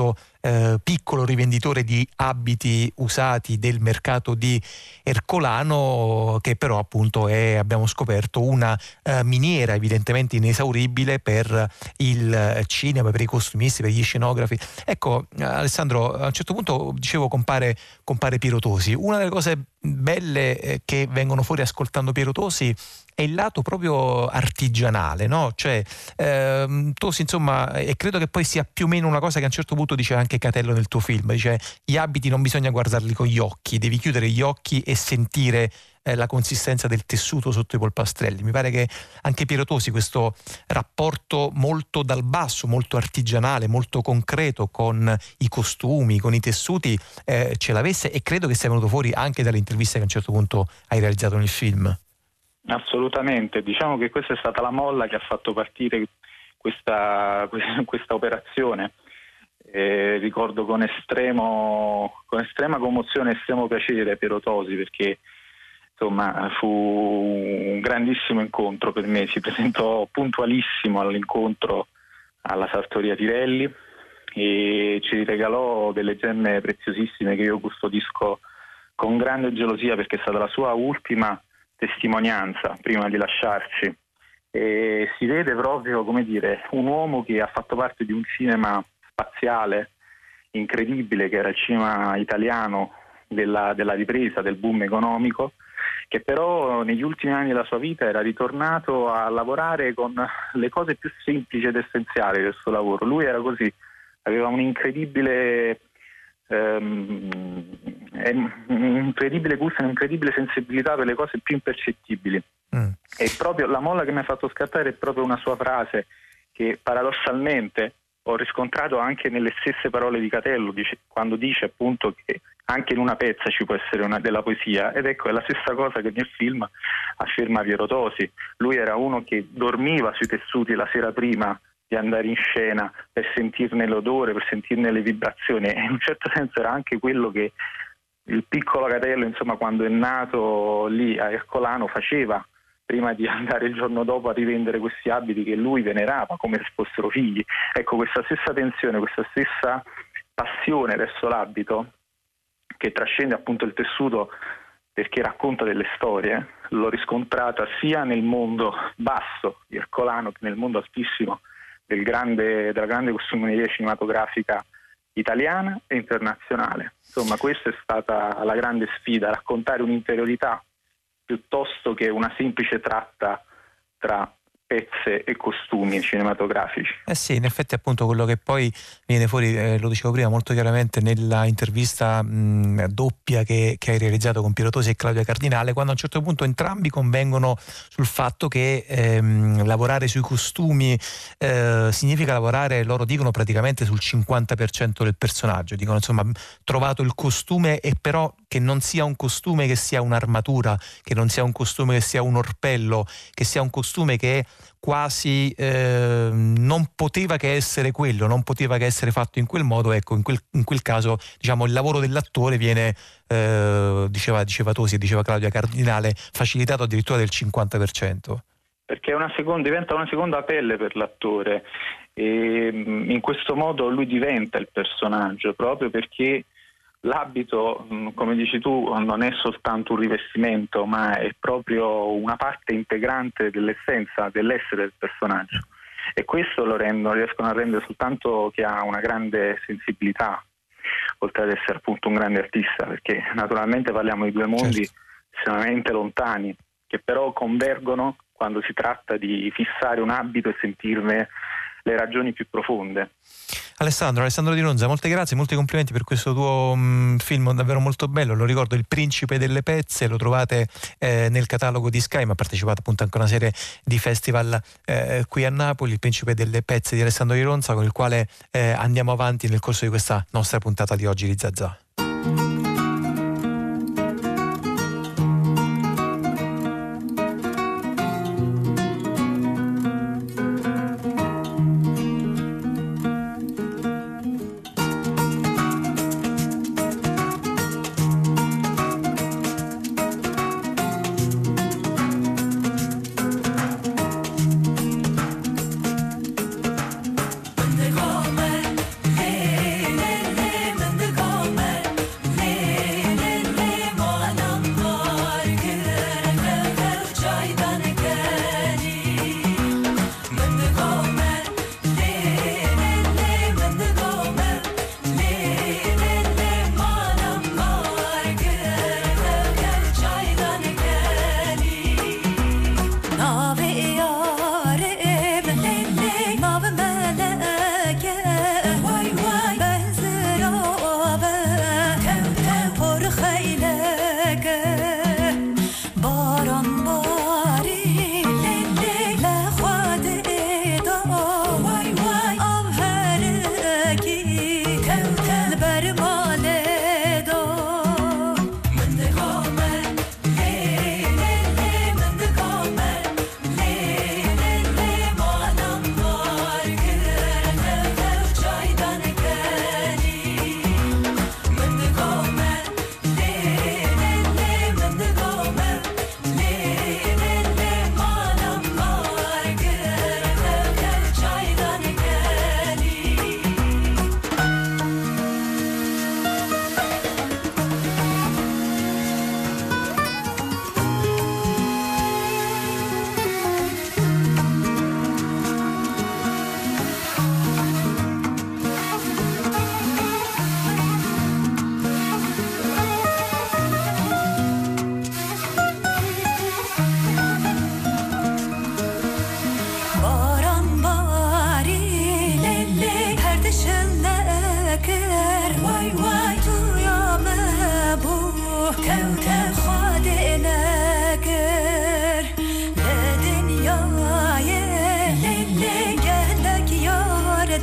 S1: eh, piccolo rivenditore di abiti usati del mercato di Ercolano, che però appunto è, abbiamo scoperto, una eh, miniera evidentemente inesauribile per il cinema, per i costumisti, per gli scenografi. Ecco, Alessandro, a un certo punto dicevo compare, compare Piero Tosi. Una delle cose belle eh, che vengono fuori ascoltando Piero Tosi è il lato proprio artigianale, no? Cioè ehm, Tosi, insomma, e credo che poi sia più o meno una cosa che a un certo punto dice anche Catello nel tuo film, dice: gli abiti non bisogna guardarli con gli occhi, devi chiudere gli occhi e sentire eh, la consistenza del tessuto sotto i polpastrelli. Mi pare che anche Piero Tosi questo rapporto molto dal basso, molto artigianale, molto concreto con i costumi, con i tessuti eh, ce l'avesse, e credo che sia venuto fuori anche dalle interviste che a un certo punto hai realizzato nel film.
S13: Assolutamente, diciamo che questa è stata la molla che ha fatto partire questa, questa operazione. Eh, ricordo con estremo con estrema commozione e estremo piacere Piero Tosi, perché insomma fu un grandissimo incontro per me. Si presentò puntualissimo all'incontro alla Sartoria Tirelli e ci regalò delle gemme preziosissime che io custodisco con grande gelosia, perché è stata la sua ultima testimonianza prima di lasciarci, e si vede proprio, come dire, un uomo che ha fatto parte di un cinema spaziale incredibile, che era il cinema italiano della, della ripresa, del boom economico, che però negli ultimi anni della sua vita era ritornato a lavorare con le cose più semplici ed essenziali del suo lavoro. Lui era così, aveva un incredibile Um, un incredibile gusto e un'incredibile sensibilità per le cose più impercettibili. Mm. E proprio la molla che mi ha fatto scattare è proprio una sua frase che paradossalmente ho riscontrato anche nelle stesse parole di Catello, dice, quando dice appunto che anche in una pezza ci può essere una, della poesia, ed ecco, è la stessa cosa che nel film afferma Piero Tosi. Lui era uno che dormiva sui tessuti la sera prima di andare in scena per sentirne l'odore, per sentirne le vibrazioni, e in un certo senso era anche quello che il piccolo Catello, insomma, quando è nato lì a Ercolano, faceva prima di andare il giorno dopo a rivendere questi abiti che lui venerava come se fossero figli. Ecco, questa stessa tensione, questa stessa passione verso l'abito, che trascende appunto il tessuto perché racconta delle storie, l'ho riscontrata sia nel mondo basso di Ercolano che nel mondo altissimo del grande, della grande costumeria cinematografica italiana e internazionale. Insomma, questa è stata la grande sfida, raccontare un'interiorità piuttosto che una semplice tratta tra pezze e costumi cinematografici.
S1: Eh sì, in effetti appunto quello che poi viene fuori, eh, lo dicevo prima molto chiaramente nella intervista mh, doppia che, che hai realizzato con Piero Tosi e Claudia Cardinale, quando a un certo punto entrambi convengono sul fatto che ehm, lavorare sui costumi eh, significa lavorare, loro dicono, praticamente sul cinquanta per cento del personaggio. Dicono, insomma, trovato il costume, e però che non sia un costume che sia un'armatura, che non sia un costume che sia un orpello, che sia un costume che quasi eh, non poteva che essere quello, non poteva che essere fatto in quel modo. Ecco, in quel, in quel caso, diciamo, il lavoro dell'attore viene, eh, diceva, diceva Tosi e diceva Claudia Cardinale, facilitato addirittura del cinquanta per cento.
S13: Perché è una seconda, diventa una seconda pelle per l'attore, e in questo modo lui diventa il personaggio, proprio perché l'abito, come dici tu, non è soltanto un rivestimento, ma è proprio una parte integrante dell'essenza, dell'essere del personaggio. E questo lo rendono, riescono a rendere soltanto chi ha una grande sensibilità, oltre ad essere appunto un grande artista, perché naturalmente parliamo di due mondi certo. estremamente lontani, che però convergono quando si tratta di fissare un abito e sentirne le ragioni più profonde.
S1: Alessandro, Alessandro Di Ronza, molte grazie, molti complimenti per questo tuo mh, film davvero molto bello. Lo ricordo, Il Principe delle Pezze, lo trovate eh, nel catalogo di Sky, ma ha partecipato appunto anche a una serie di festival eh, qui a Napoli. Il Principe delle Pezze di Alessandro Di Ronza, con il quale eh, andiamo avanti nel corso di questa nostra puntata di oggi di Zazà.
S17: Donde come, eh, eh, eh.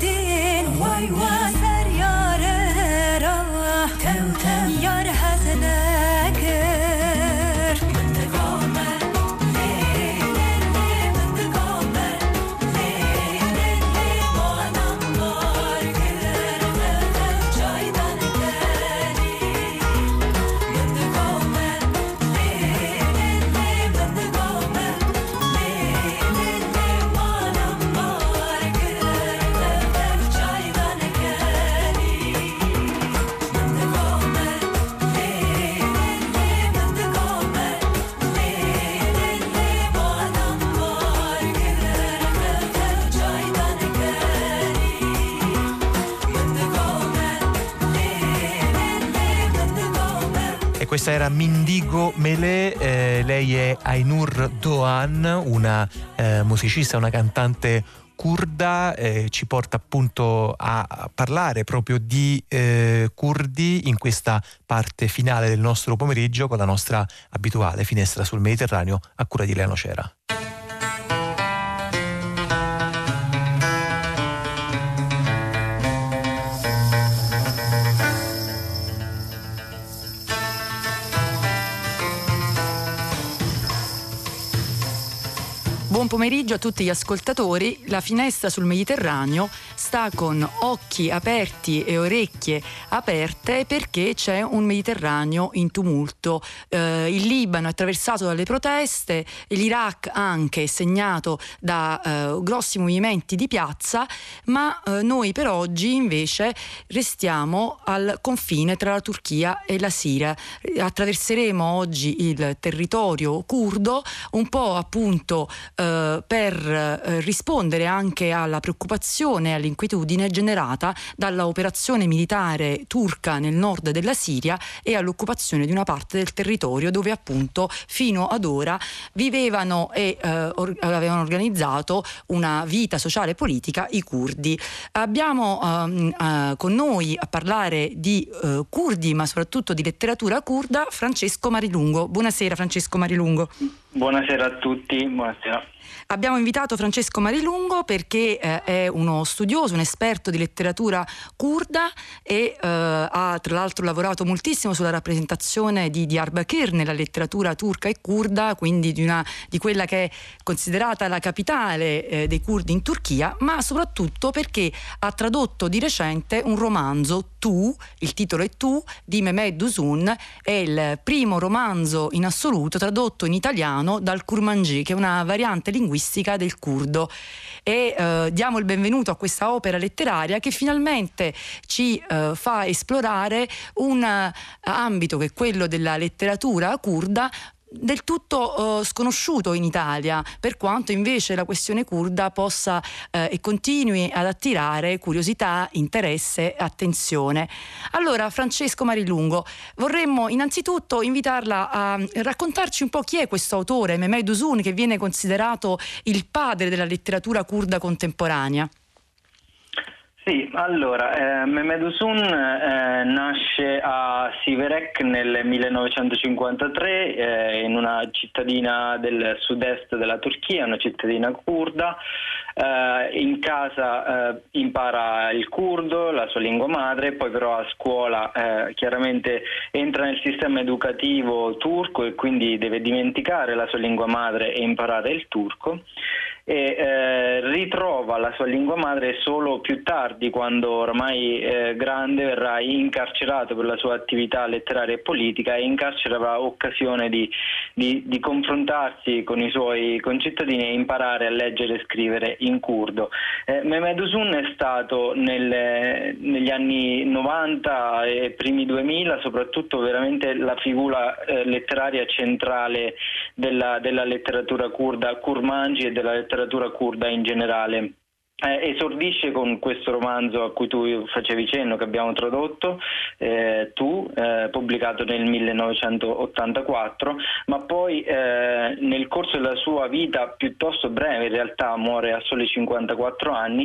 S1: Questa era Mindigo Meleh, eh, lei è Aynur Doğan, una eh, musicista, una cantante curda, eh, ci porta appunto a parlare proprio di eh, curdi in questa parte finale del nostro pomeriggio con la nostra abituale finestra sul Mediterraneo a cura di Lea Nocera.
S17: Buon pomeriggio a tutti gli ascoltatori. La finestra sul Mediterraneo sta con occhi aperti e orecchie aperte perché c'è un Mediterraneo in tumulto. Eh, il Libano è attraversato dalle proteste, l'Iraq anche è segnato da eh, grossi movimenti di piazza, ma eh, noi per oggi invece restiamo al confine tra la Turchia e la Siria. Attraverseremo oggi il territorio curdo, un po' appunto eh, per eh, rispondere anche alla preoccupazione e all'inquietudine generata dalla operazione militare turca nel nord della Siria e all'occupazione di una parte del territorio dove appunto fino ad ora vivevano e eh, or- avevano organizzato una vita sociale e politica i curdi. Abbiamo ehm, eh, con noi a parlare di eh, curdi, ma soprattutto di letteratura curda, Francesco Marilungo. Buonasera Francesco Marilungo.
S18: Buonasera a tutti, buonasera.
S17: Abbiamo invitato Francesco Marilungo perché eh, è uno studioso, un esperto di letteratura curda e eh, ha tra l'altro lavorato moltissimo sulla rappresentazione di Diyarbakir nella letteratura turca e curda, quindi di, una, di quella che è considerata la capitale eh, dei curdi in Turchia, ma soprattutto perché ha tradotto di recente un romanzo, Tu, il titolo è Tu, di Mehmed Uzun, è il primo romanzo in assoluto tradotto in italiano dal Kurmanji, che è una variante linguistica del curdo, e eh, diamo il benvenuto a questa opera letteraria che finalmente ci eh, fa esplorare un uh, ambito che è quello della letteratura curda del tutto uh, sconosciuto in Italia, per quanto invece la questione curda possa uh, e continui ad attirare curiosità, interesse, attenzione. Allora, Francesco Marilungo, vorremmo innanzitutto invitarla a raccontarci un po' chi è questo autore, Mehmed Uzun, che viene considerato il padre della letteratura curda contemporanea.
S18: Sì, allora, eh, Mehmed Uzun eh, nasce a Siverek nel millenovecentocinquantatré eh, in una cittadina del sud-est della Turchia, una cittadina curda. Eh, in casa eh, impara il curdo, la sua lingua madre, poi però a scuola eh, chiaramente entra nel sistema educativo turco e quindi deve dimenticare la sua lingua madre e imparare il turco. E eh, ritrova la sua lingua madre solo più tardi, quando ormai eh, grande verrà incarcerato per la sua attività letteraria e politica, e in carcere avrà occasione di, di, di confrontarsi con i suoi concittadini e imparare a leggere e scrivere in curdo. Eh, Mehmed Uzun è stato nel, negli anni novanta e primi duemila soprattutto veramente la figura eh, letteraria centrale della, della letteratura curda, Kurmanji, e della letteratura curda in generale. Eh, esordisce con questo romanzo a cui tu facevi cenno, che abbiamo tradotto, eh, Tu, eh, pubblicato nel millenovecentottantaquattro, ma poi eh, nel corso della sua vita piuttosto breve, in realtà muore a soli cinquantaquattro anni,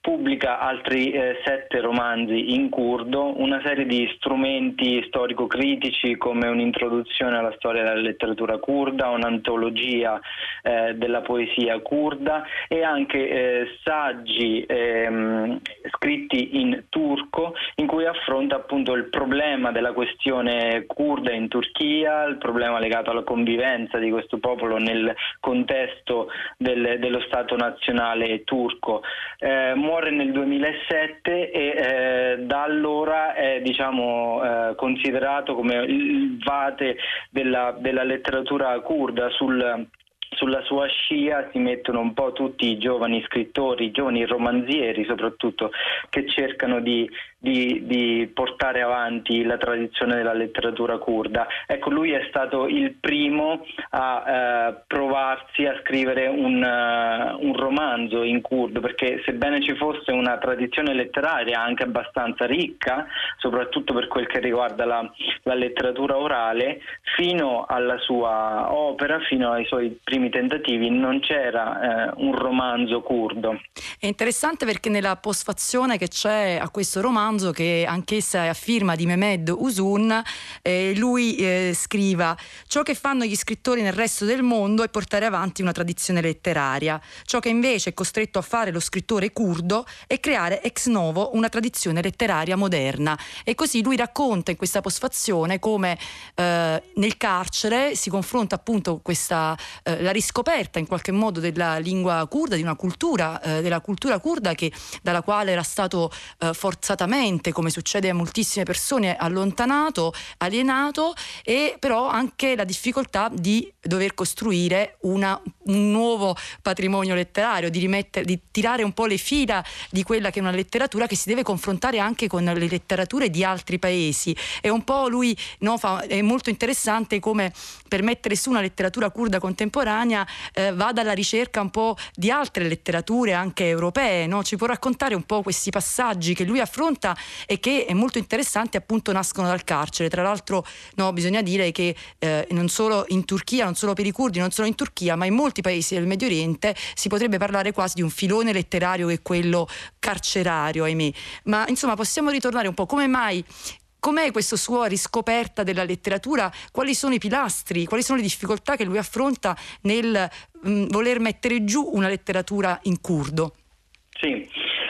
S18: pubblica altri eh, sette romanzi in curdo, una serie di strumenti storico-critici come un'introduzione alla storia della letteratura curda, un'antologia eh, della poesia curda e anche eh, saggi ehm, scritti in turco in cui affronta appunto il problema della questione curda in Turchia, il problema legato alla convivenza di questo popolo nel contesto del, dello Stato nazionale turco. Eh, muore nel duemilasette e eh, da allora è diciamo eh, considerato come il vate della, della letteratura curda. Sul Sulla sua scia si mettono un po' tutti i giovani scrittori, i giovani romanzieri soprattutto, che cercano di, di, di portare avanti la tradizione della letteratura curda. Ecco, lui è stato il primo a eh, provarsi a scrivere un, uh, un romanzo in curdo, perché sebbene ci fosse una tradizione letteraria anche abbastanza ricca, soprattutto per quel che riguarda la, la letteratura orale, fino alla sua opera, fino ai suoi primi tentativi, non c'era eh, un romanzo curdo.
S17: È interessante perché nella postfazione che c'è a questo romanzo, che anch'essa è a firma di Mehmed Uzun, eh, lui eh, scriva: ciò che fanno gli scrittori nel resto del mondo è portare avanti una tradizione letteraria, ciò che invece è costretto a fare lo scrittore curdo è creare ex novo una tradizione letteraria moderna. E così lui racconta in questa postfazione come eh, nel carcere si confronta appunto questa eh, la riscoperta in qualche modo della lingua curda, di una cultura, eh, della cultura curda che, dalla quale era stato eh, forzatamente, come succede a moltissime persone, allontanato, alienato, e però anche la difficoltà di dover costruire una, un nuovo patrimonio letterario, di, rimettere, di tirare un po' le fila di quella che è una letteratura che si deve confrontare anche con le letterature di altri paesi. E un po' lui no, fa, è molto interessante come per mettere su una letteratura curda contemporanea eh, vada alla ricerca un po' di altre letterature anche europee, no? Ci può raccontare un po' questi passaggi che lui affronta e che è molto interessanti, appunto nascono dal carcere. Tra l'altro no, bisogna dire che eh, non solo in Turchia, non solo per i curdi, non solo in Turchia, ma in molti paesi del Medio Oriente si potrebbe parlare quasi di un filone letterario che è quello carcerario, ahimè. Ma insomma possiamo ritornare un po' come mai. Com'è questa sua riscoperta della letteratura? Quali sono i pilastri, quali sono le difficoltà che lui affronta nel mh, voler mettere giù una letteratura in curdo?
S18: Sì,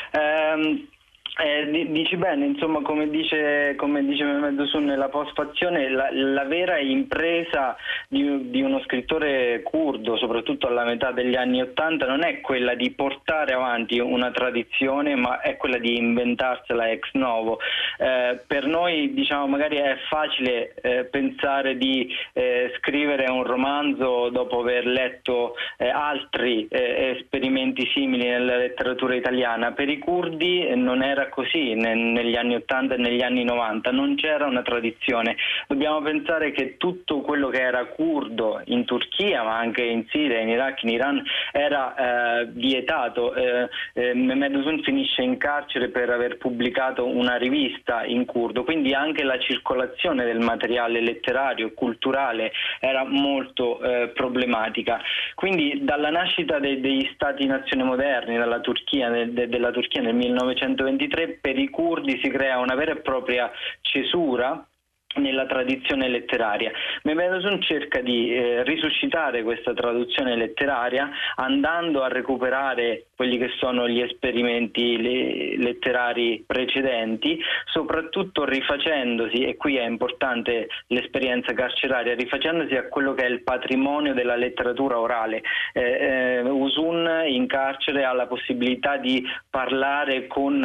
S18: ehm, eh, dici bene, insomma, come dice, come dice Mehmed Uzun nella postfazione, la, la vera impresa di, di uno scrittore curdo, soprattutto alla metà degli anni Ottanta, non è quella di portare avanti una tradizione, ma è quella di inventarsela ex novo. Eh, per noi, diciamo, magari è facile eh, pensare di eh, scrivere un romanzo dopo aver letto eh, altri eh, esperimenti simili nella letteratura italiana. Per i curdi eh, non era così ne, negli anni ottanta e negli anni novanta, non c'era una tradizione. Dobbiamo pensare che tutto quello che era curdo in Turchia, ma anche in Siria, in Iraq, in Iran, era eh, vietato. Eh, eh, Mehmed Uzun finisce in carcere per aver pubblicato una rivista in curdo, quindi anche la circolazione del materiale letterario e culturale era molto eh, problematica. Quindi dalla nascita de- degli stati-nazione moderni, dalla Turchia, de- de- della Turchia nel millenovecentoventitré, per i curdi si crea una vera e propria cesura nella tradizione letteraria. Mehmed Uzun cerca di eh, risuscitare questa traduzione letteraria andando a recuperare quelli che sono gli esperimenti le, letterari precedenti, soprattutto rifacendosi, e qui è importante l'esperienza carceraria, rifacendosi a quello che è il patrimonio della letteratura orale. Eh, eh, Uzun in carcere ha la possibilità di parlare con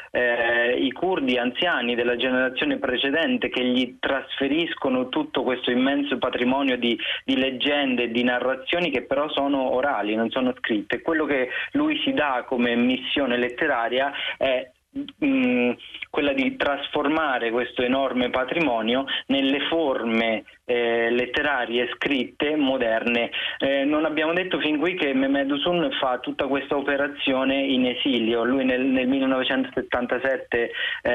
S18: eh, i curdi anziani della generazione precedente che gli trasferiscono tutto questo immenso patrimonio di, di leggende e di narrazioni che però sono orali, non sono scritte. Quello che lui si dà come missione letteraria è mh, quella di trasformare questo enorme patrimonio nelle forme eh, letterarie scritte moderne. Eh, non abbiamo detto fin qui che Mehmed Uzun fa tutta questa operazione in esilio. Lui nel, nel millenovecentosettantasette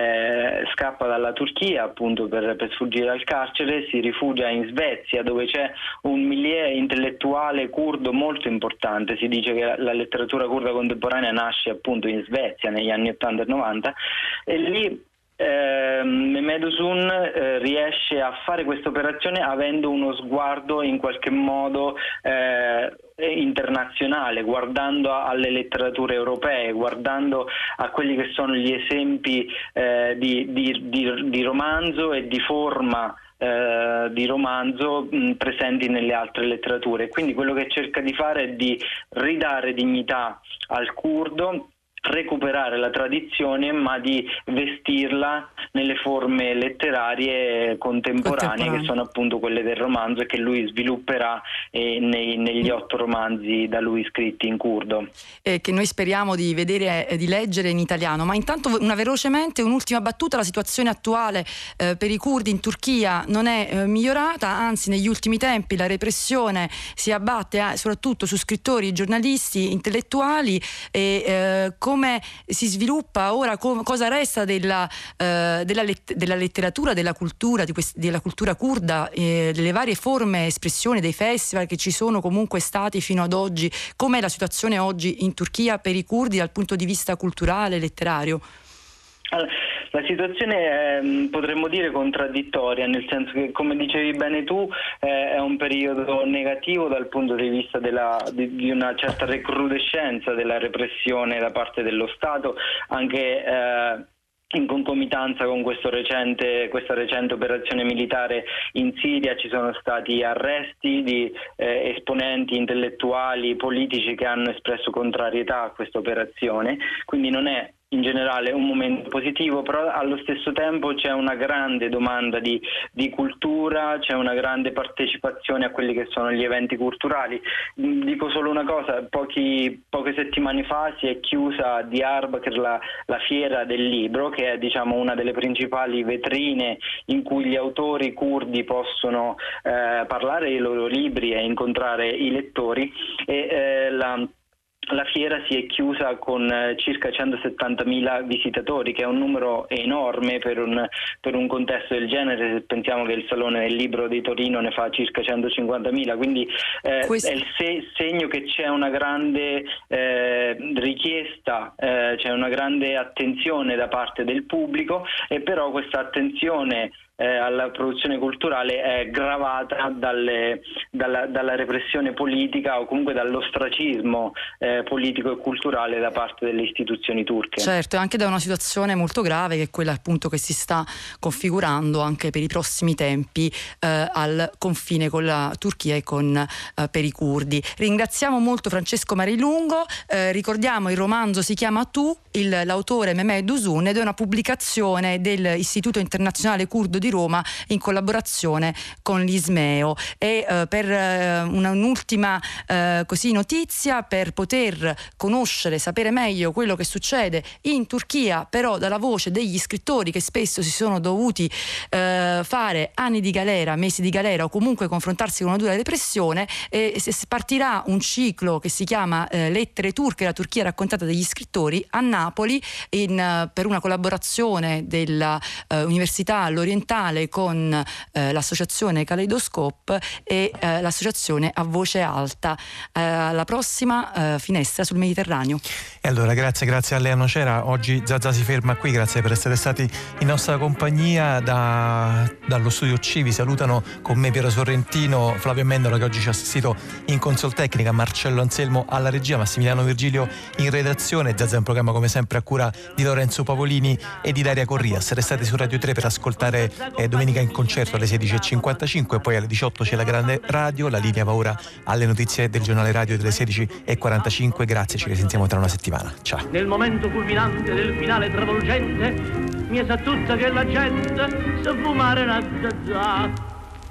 S18: eh, scappa dalla Turchia appunto per, per sfuggire dal carcere, si rifugia in Svezia dove c'è un milieu intellettuale curdo molto importante. Si dice che la, la letteratura curda contemporanea nasce appunto in Svezia negli anni ottanta e novanta, e lì Eh, Mehmed Uzun eh, riesce a fare questa operazione avendo uno sguardo in qualche modo eh, internazionale, guardando alle letterature europee, guardando a quelli che sono gli esempi eh, di, di, di, di romanzo e di forma eh, di romanzo mh, presenti nelle altre letterature. Quindi quello che cerca di fare è di ridare dignità al curdo, recuperare la tradizione, ma di vestirla nelle forme letterarie contemporanee, contemporanee. che sono appunto quelle del romanzo e che lui svilupperà eh, nei, negli otto romanzi da lui scritti in curdo.
S17: Eh, che noi speriamo di vedere e eh, di leggere in italiano. Ma intanto una velocemente un'ultima battuta: la situazione attuale eh, per i curdi in Turchia non è eh, migliorata, anzi negli ultimi tempi la repressione si abbatte eh, soprattutto su scrittori, giornalisti, intellettuali e eh, come si sviluppa ora, com- cosa resta della, eh, della, let- della letteratura, della cultura, di quest- della cultura curda, eh, delle varie forme, espressioni, dei festival che ci sono comunque stati fino ad oggi. Com'è la situazione oggi in Turchia per i curdi dal punto di vista culturale, letterario?
S18: Allora, la situazione è, potremmo dire, contraddittoria, nel senso che, come dicevi bene tu, eh, è un periodo negativo dal punto di vista della, di, di una certa recrudescenza della repressione da parte dello Stato, anche eh, in concomitanza con questo recente, questa recente operazione militare in Siria. Ci sono stati arresti di eh, esponenti intellettuali, politici che hanno espresso contrarietà a questa operazione, quindi non è in generale un momento positivo, però allo stesso tempo c'è una grande domanda di, di cultura, c'è una grande partecipazione a quelli che sono gli eventi culturali. Dico solo una cosa: pochi, poche settimane fa si è chiusa a Diyarbakir la, la fiera del libro, che è, diciamo, una delle principali vetrine in cui gli autori curdi possono eh, parlare dei loro libri e incontrare i lettori, e eh, la La fiera si è chiusa con circa centosettantamila visitatori, che è un numero enorme per un, per un contesto del genere, se pensiamo che il Salone del Libro di Torino ne fa circa centocinquantamila, quindi eh, Questo... è il se- segno che c'è una grande eh, richiesta, eh, c'è una grande attenzione da parte del pubblico, e però questa attenzione Eh, alla produzione culturale è gravata dalle, dalla, dalla repressione politica o comunque dall'ostracismo eh, politico e culturale da parte delle istituzioni turche.
S17: Certo, e anche da una situazione molto grave, che è quella appunto che si sta configurando anche per i prossimi tempi eh, al confine con la Turchia e con eh, per i curdi. Ringraziamo molto Francesco Marilungo, eh, ricordiamo il romanzo si chiama Tu, il, l'autore Mehmed Uzun, ed è una pubblicazione dell'Istituto Internazionale Curdo di Roma in collaborazione con l'Ismeo. E eh, per eh, una, un'ultima eh, così notizia, per poter conoscere, sapere meglio quello che succede in Turchia, però dalla voce degli scrittori che spesso si sono dovuti eh, fare anni di galera, mesi di galera o comunque confrontarsi con una dura repressione, e se partirà un ciclo che si chiama eh, Lettere turche, la Turchia raccontata dagli scrittori, a Napoli, in, uh, per una collaborazione della uh, Università L'Orientale con eh, l'associazione Kaleidoscope e eh, l'associazione A Voce Alta. Eh, alla prossima eh, finestra sul Mediterraneo.
S1: E allora grazie, grazie a Lea Nocera. Oggi Zazà si ferma qui, grazie per essere stati in nostra compagnia. Da, dallo studio C vi salutano con me Piero Sorrentino, Flavio Amendola che oggi ci ha assistito in console tecnica, Marcello Anselmo alla regia, Massimiliano Virgilio in redazione. Zazà è un programma come sempre a cura di Lorenzo Pavolini e di Daria Corrias. Restate su Radio tre per ascoltare eh, Domenica in Concerto alle sedici e cinquantacinque, poi alle diciotto c'è la Grande Radio. La linea va ora alle notizie del giornale radio delle sedici e quarantacinque. Grazie, ci risentiamo tra una settimana. Ciao.
S19: Nel momento culminante del finale travolgente mi sa tutta che la gente sa fumare una Zazà.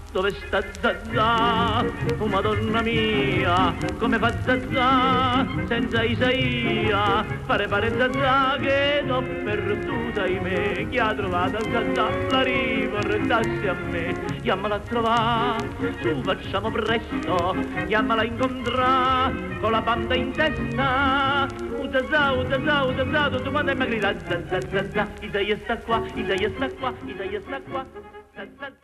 S19: dove sta Zazà? Oh Madonna mia, come fa Zazà senza Isaia? Pare pare Zazà che l'ho perduta in me. Chi ha trovato Zazà la riportassi a me. Chiamala a trovare, su facciamo presto, chiamala a incontrare con la banda in testa. Oh Zazà, oh Zazà, oh Zazà, tutto quanto mi grida Zazà, Zazà, Isaia sta qua, Isaia sta qua, Isaia sta qua, Zazà.